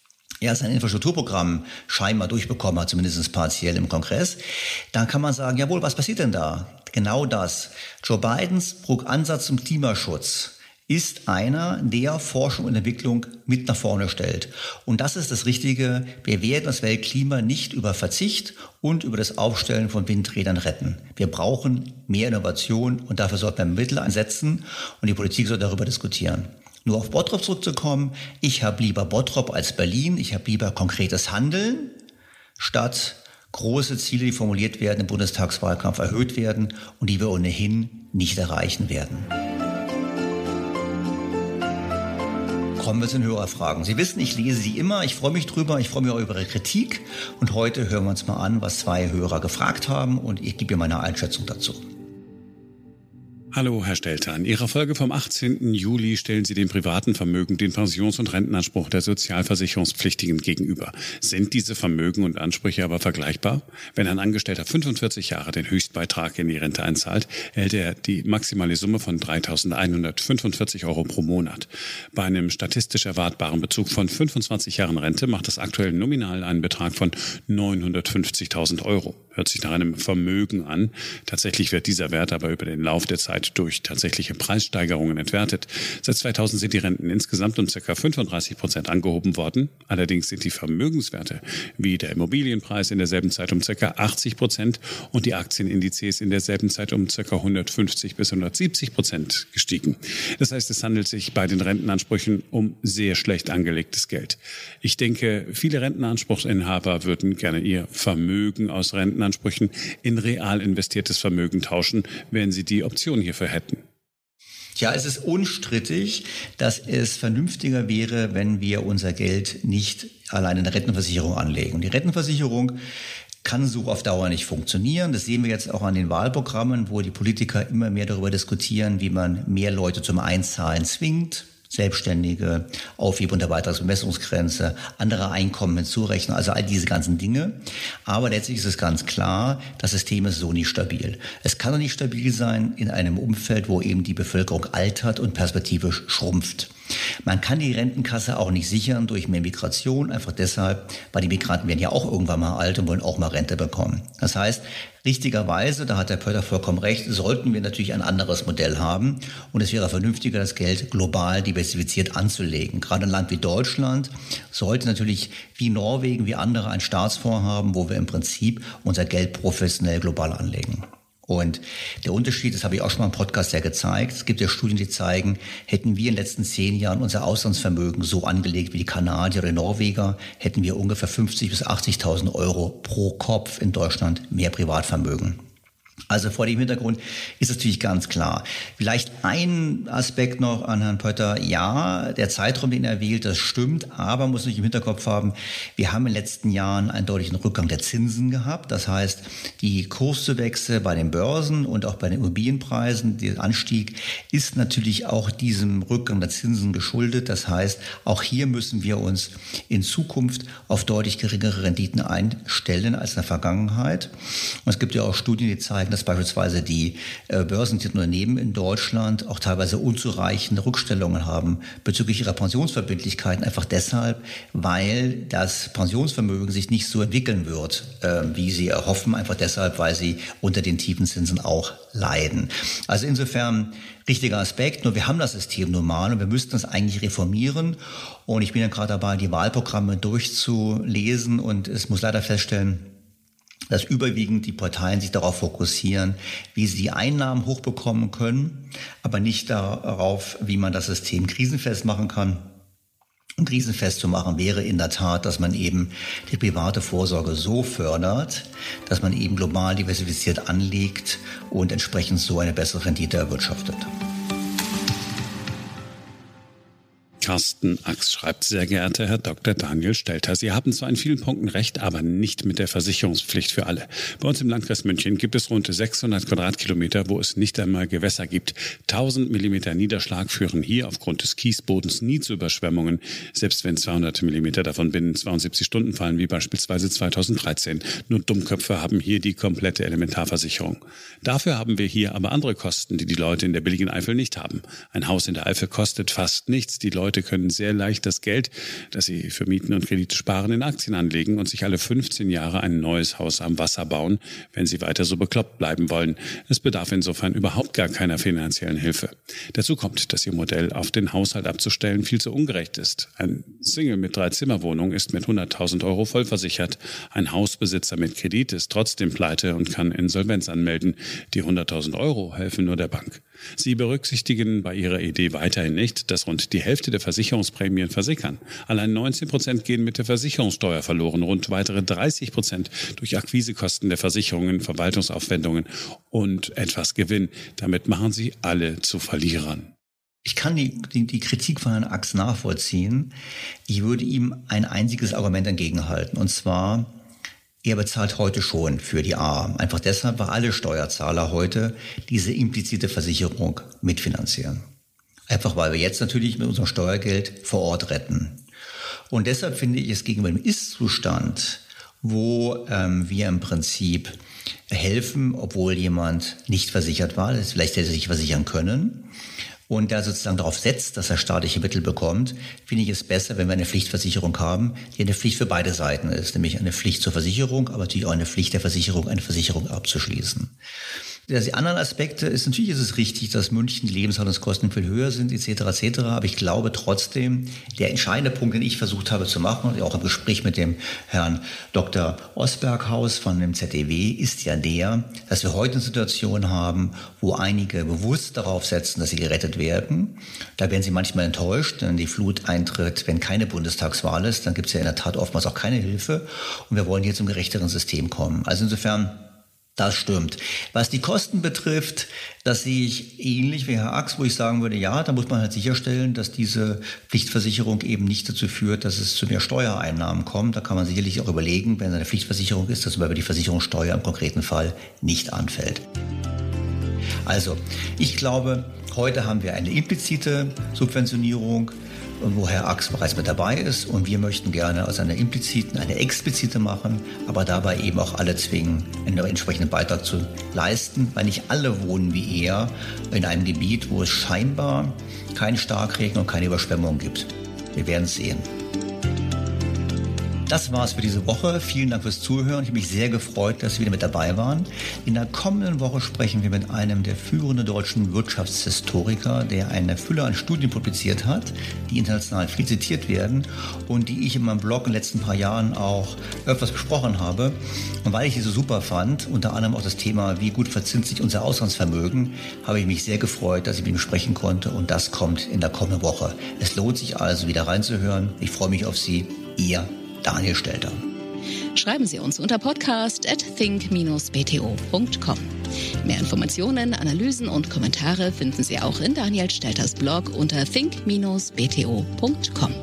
ja sein Infrastrukturprogramm scheinbar durchbekommen hat, zumindest partiell im Kongress, dann kann man sagen, jawohl, was passiert denn da? Genau das. Joe Bidens Ansatz zum Klimaschutz ist einer, der Forschung und Entwicklung mit nach vorne stellt. Und das ist das Richtige. Wir werden das Weltklima nicht über Verzicht und über das Aufstellen von Windrädern retten. Wir brauchen mehr Innovation und dafür sollten wir Mittel einsetzen und die Politik soll darüber diskutieren. Nur auf Bottrop zurückzukommen, ich habe lieber Bottrop als Berlin, ich habe lieber konkretes Handeln, statt große Ziele, die formuliert werden, im Bundestagswahlkampf erhöht werden und die wir ohnehin nicht erreichen werden. Kommen wir zu den Hörerfragen. Sie wissen, ich lese sie immer, ich freue mich drüber, ich freue mich auch über Ihre Kritik. Und heute hören wir uns mal an, was zwei Hörer gefragt haben und ich gebe Ihnen meine Einschätzung dazu. Hallo, Herr Stelter. In Ihrer Folge vom achtzehnten Juli stellen Sie dem privaten Vermögen den Pensions- und Rentenanspruch der Sozialversicherungspflichtigen gegenüber. Sind diese Vermögen und Ansprüche aber vergleichbar? Wenn ein Angestellter fünfundvierzig Jahre den Höchstbeitrag in die Rente einzahlt, erhält er die maximale Summe von dreitausendeinhundertfünfundvierzig Euro pro Monat. Bei einem statistisch erwartbaren Bezug von fünfundzwanzig Jahren Rente macht das aktuell nominal einen Betrag von neunhundertfünfzigtausend Euro. Hört sich nach einem Vermögen an. Tatsächlich wird dieser Wert aber über den Lauf der Zeit durch tatsächliche Preissteigerungen entwertet. Seit zweitausend sind die Renten insgesamt um ca. fünfunddreißig Prozent angehoben worden. Allerdings sind die Vermögenswerte wie der Immobilienpreis in derselben Zeit um ca. achtzig Prozent und die Aktienindizes in derselben Zeit um ca. hundertfünfzig bis hundertsiebzig Prozent gestiegen. Das heißt, es handelt sich bei den Rentenansprüchen um sehr schlecht angelegtes Geld. Ich denke, viele Rentenanspruchsinhaber würden gerne ihr Vermögen aus Rentenansprüchen in real investiertes Vermögen tauschen, wenn sie die Option hier hierfür hätten. Tja, es ist unstrittig, dass es vernünftiger wäre, wenn wir unser Geld nicht allein in der Rentenversicherung anlegen. Und die Rentenversicherung kann so auf Dauer nicht funktionieren. Das sehen wir jetzt auch an den Wahlprogrammen, wo die Politiker immer mehr darüber diskutieren, wie man mehr Leute zum Einzahlen zwingt. Selbstständige, Aufhebung der Beitragsbemessungsgrenze, andere Einkommen hinzurechnen, also all diese ganzen Dinge. Aber letztlich ist es ganz klar, das System ist so nicht stabil. Es kann doch nicht stabil sein in einem Umfeld, wo eben die Bevölkerung altert und perspektivisch schrumpft. Man kann die Rentenkasse auch nicht sichern durch mehr Migration, einfach deshalb, weil die Migranten werden ja auch irgendwann mal alt und wollen auch mal Rente bekommen. Das heißt, richtigerweise, da hat der Pötter vollkommen recht, sollten wir natürlich ein anderes Modell haben und es wäre vernünftiger, das Geld global diversifiziert anzulegen. Gerade ein Land wie Deutschland sollte natürlich wie Norwegen, wie andere einen Staatsfonds haben, wo wir im Prinzip unser Geld professionell global anlegen. Und der Unterschied, das habe ich auch schon mal im Podcast ja gezeigt, es gibt ja Studien, die zeigen, hätten wir in den letzten zehn Jahren unser Auslandsvermögen so angelegt wie die Kanadier oder Norweger, hätten wir ungefähr fünfzigtausend bis achtzigtausend Euro pro Kopf in Deutschland mehr Privatvermögen. Also vor dem Hintergrund ist es natürlich ganz klar. Vielleicht ein Aspekt noch an Herrn Pötter. Ja, der Zeitraum, den er wählt, das stimmt, aber man muss nicht im Hinterkopf haben, wir haben in den letzten Jahren einen deutlichen Rückgang der Zinsen gehabt. Das heißt, die Kurszuwächse bei den Börsen und auch bei den Immobilienpreisen, der Anstieg ist natürlich auch diesem Rückgang der Zinsen geschuldet. Das heißt, auch hier müssen wir uns in Zukunft auf deutlich geringere Renditen einstellen als in der Vergangenheit. Und es gibt ja auch Studien, die zeigen, dass beispielsweise die äh, börsennotierten Unternehmen in Deutschland auch teilweise unzureichende Rückstellungen haben bezüglich ihrer Pensionsverbindlichkeiten, einfach deshalb, weil das Pensionsvermögen sich nicht so entwickeln wird, äh, wie sie erhoffen, einfach deshalb, weil sie unter den tiefen Zinsen auch leiden. Also insofern richtiger Aspekt, nur wir haben das System normal und wir müssten es eigentlich reformieren. Und ich bin ja gerade dabei, die Wahlprogramme durchzulesen und es muss leider feststellen, dass überwiegend die Parteien sich darauf fokussieren, wie sie die Einnahmen hochbekommen können, aber nicht darauf, wie man das System krisenfest machen kann. Und krisenfest zu machen wäre in der Tat, dass man eben die private Vorsorge so fördert, dass man eben global diversifiziert anlegt und entsprechend so eine bessere Rendite erwirtschaftet. Carsten Ax schreibt, sehr geehrter Herr Doktor Daniel Stelter, Sie haben zwar in vielen Punkten recht, aber nicht mit der Versicherungspflicht für alle. Bei uns im Landkreis München gibt es rund sechshundert Quadratkilometer, wo es nicht einmal Gewässer gibt. tausend Millimeter Niederschlag führen hier aufgrund des Kiesbodens nie zu Überschwemmungen, selbst wenn zweihundert Millimeter davon binnen zweiundsiebzig Stunden fallen, wie beispielsweise zweitausenddreizehn. Nur Dummköpfe haben hier die komplette Elementarversicherung. Dafür haben wir hier aber andere Kosten, die die Leute in der billigen Eifel nicht haben. Ein Haus in der Eifel kostet fast nichts. Die Leute können sehr leicht das Geld, das sie für Mieten und Kredite sparen, in Aktien anlegen und sich alle fünfzehn Jahre ein neues Haus am Wasser bauen, wenn sie weiter so bekloppt bleiben wollen. Es bedarf insofern überhaupt gar keiner finanziellen Hilfe. Dazu kommt, dass ihr Modell auf den Haushalt abzustellen viel zu ungerecht ist. Ein Single mit drei Zimmerwohnung ist mit hunderttausend Euro vollversichert. Ein Hausbesitzer mit Kredit ist trotzdem pleite und kann Insolvenz anmelden. Die hunderttausend Euro helfen nur der Bank. Sie berücksichtigen bei ihrer Idee weiterhin nicht, dass rund die Hälfte der Versicherungsprämien versickern. Allein neunzehn Prozent gehen mit der Versicherungssteuer verloren, rund weitere dreißig Prozent durch Akquisekosten der Versicherungen, Verwaltungsaufwendungen und etwas Gewinn. Damit machen sie alle zu Verlierern. Ich kann die, die, die Kritik von Herrn Ax nachvollziehen. Ich würde ihm ein einziges Argument entgegenhalten, und zwar: Er bezahlt heute schon für die A. Einfach deshalb, weil alle Steuerzahler heute diese implizite Versicherung mitfinanzieren. Einfach weil wir jetzt natürlich mit unserem Steuergeld vor Ort retten. Und deshalb finde ich es gegenüber dem Ist-Zustand, wo ähm, wir im Prinzip helfen, obwohl jemand nicht versichert war, das vielleicht hätte er sich versichern können, und der sozusagen darauf setzt, dass er staatliche Mittel bekommt, finde ich es besser, wenn wir eine Pflichtversicherung haben, die eine Pflicht für beide Seiten ist, nämlich eine Pflicht zur Versicherung, aber natürlich auch eine Pflicht der Versicherung, eine Versicherung abzuschließen. Die anderen Aspekte ist, natürlich ist es richtig, dass München die Lebenshaltungskosten viel höher sind, et cetera et cetera. Aber ich glaube trotzdem, der entscheidende Punkt, den ich versucht habe zu machen, auch im Gespräch mit dem Herrn Doktor Osberghaus von dem Z D W, ist ja der, dass wir heute eine Situation haben, wo einige bewusst darauf setzen, dass sie gerettet werden. Da werden sie manchmal enttäuscht, denn die Flut eintritt, wenn keine Bundestagswahl ist. Dann gibt es ja in der Tat oftmals auch keine Hilfe. Und wir wollen hier zum gerechteren System kommen. Also insofern, das stimmt. Was die Kosten betrifft, das sehe ich ähnlich wie Herr Ax, wo ich sagen würde, ja, da muss man halt sicherstellen, dass diese Pflichtversicherung eben nicht dazu führt, dass es zu mehr Steuereinnahmen kommt. Da kann man sicherlich auch überlegen, wenn es eine Pflichtversicherung ist, dass zum Beispiel die Versicherungssteuer im konkreten Fall nicht anfällt. Also, ich glaube, heute haben wir eine implizite Subventionierung, wo Herr Ax bereits mit dabei ist, und wir möchten gerne aus einer impliziten eine explizite machen, aber dabei eben auch alle zwingen, einen entsprechenden Beitrag zu leisten, weil nicht alle wohnen wie er in einem Gebiet, wo es scheinbar keinen Starkregen und keine Überschwemmung gibt. Wir werden es sehen. Das war's für diese Woche. Vielen Dank fürs Zuhören. Ich habe mich sehr gefreut, dass Sie wieder mit dabei waren. In der kommenden Woche sprechen wir mit einem der führenden deutschen Wirtschaftshistoriker, der eine Fülle an Studien publiziert hat, die international viel zitiert werden und die ich in meinem Blog in den letzten paar Jahren auch öfters besprochen habe. Und weil ich die so super fand, unter anderem auch das Thema, wie gut verzinst sich unser Auslandsvermögen, habe ich mich sehr gefreut, dass ich mit ihm sprechen konnte, und das kommt in der kommenden Woche. Es lohnt sich also, wieder reinzuhören. Ich freue mich auf Sie. Ihr Daniel Stelter. Schreiben Sie uns unter podcast at think dash b t o punkt com. Mehr Informationen, Analysen und Kommentare finden Sie auch in Daniel Stelters Blog unter think dash b t o punkt com.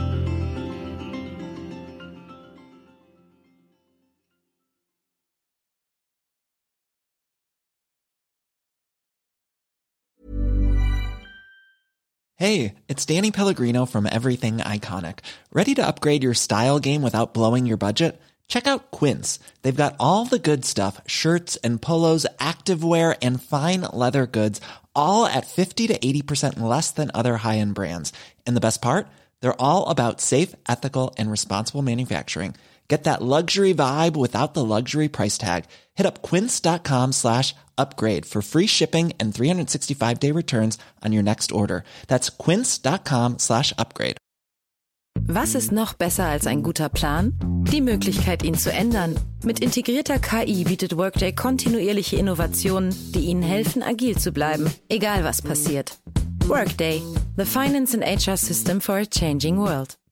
Hey, it's Danny Pellegrino from Everything Iconic. Ready to upgrade your style game without blowing your budget? Check out Quince. They've got all the good stuff, shirts and polos, activewear, and fine leather goods, all at fifty to eighty percent less than other high-end brands. And the best part? They're all about safe, ethical, and responsible manufacturing. Get that luxury vibe without the luxury price tag. Hit up quince.com slash upgrade for free shipping and three sixty-five day returns on your next order. That's quince.com slash upgrade. Was ist noch besser als ein guter Plan? Die Möglichkeit, ihn zu ändern. Mit integrierter K I bietet Workday kontinuierliche Innovationen, die Ihnen helfen, agil zu bleiben, egal was passiert. Workday, the finance and H R system for a changing world.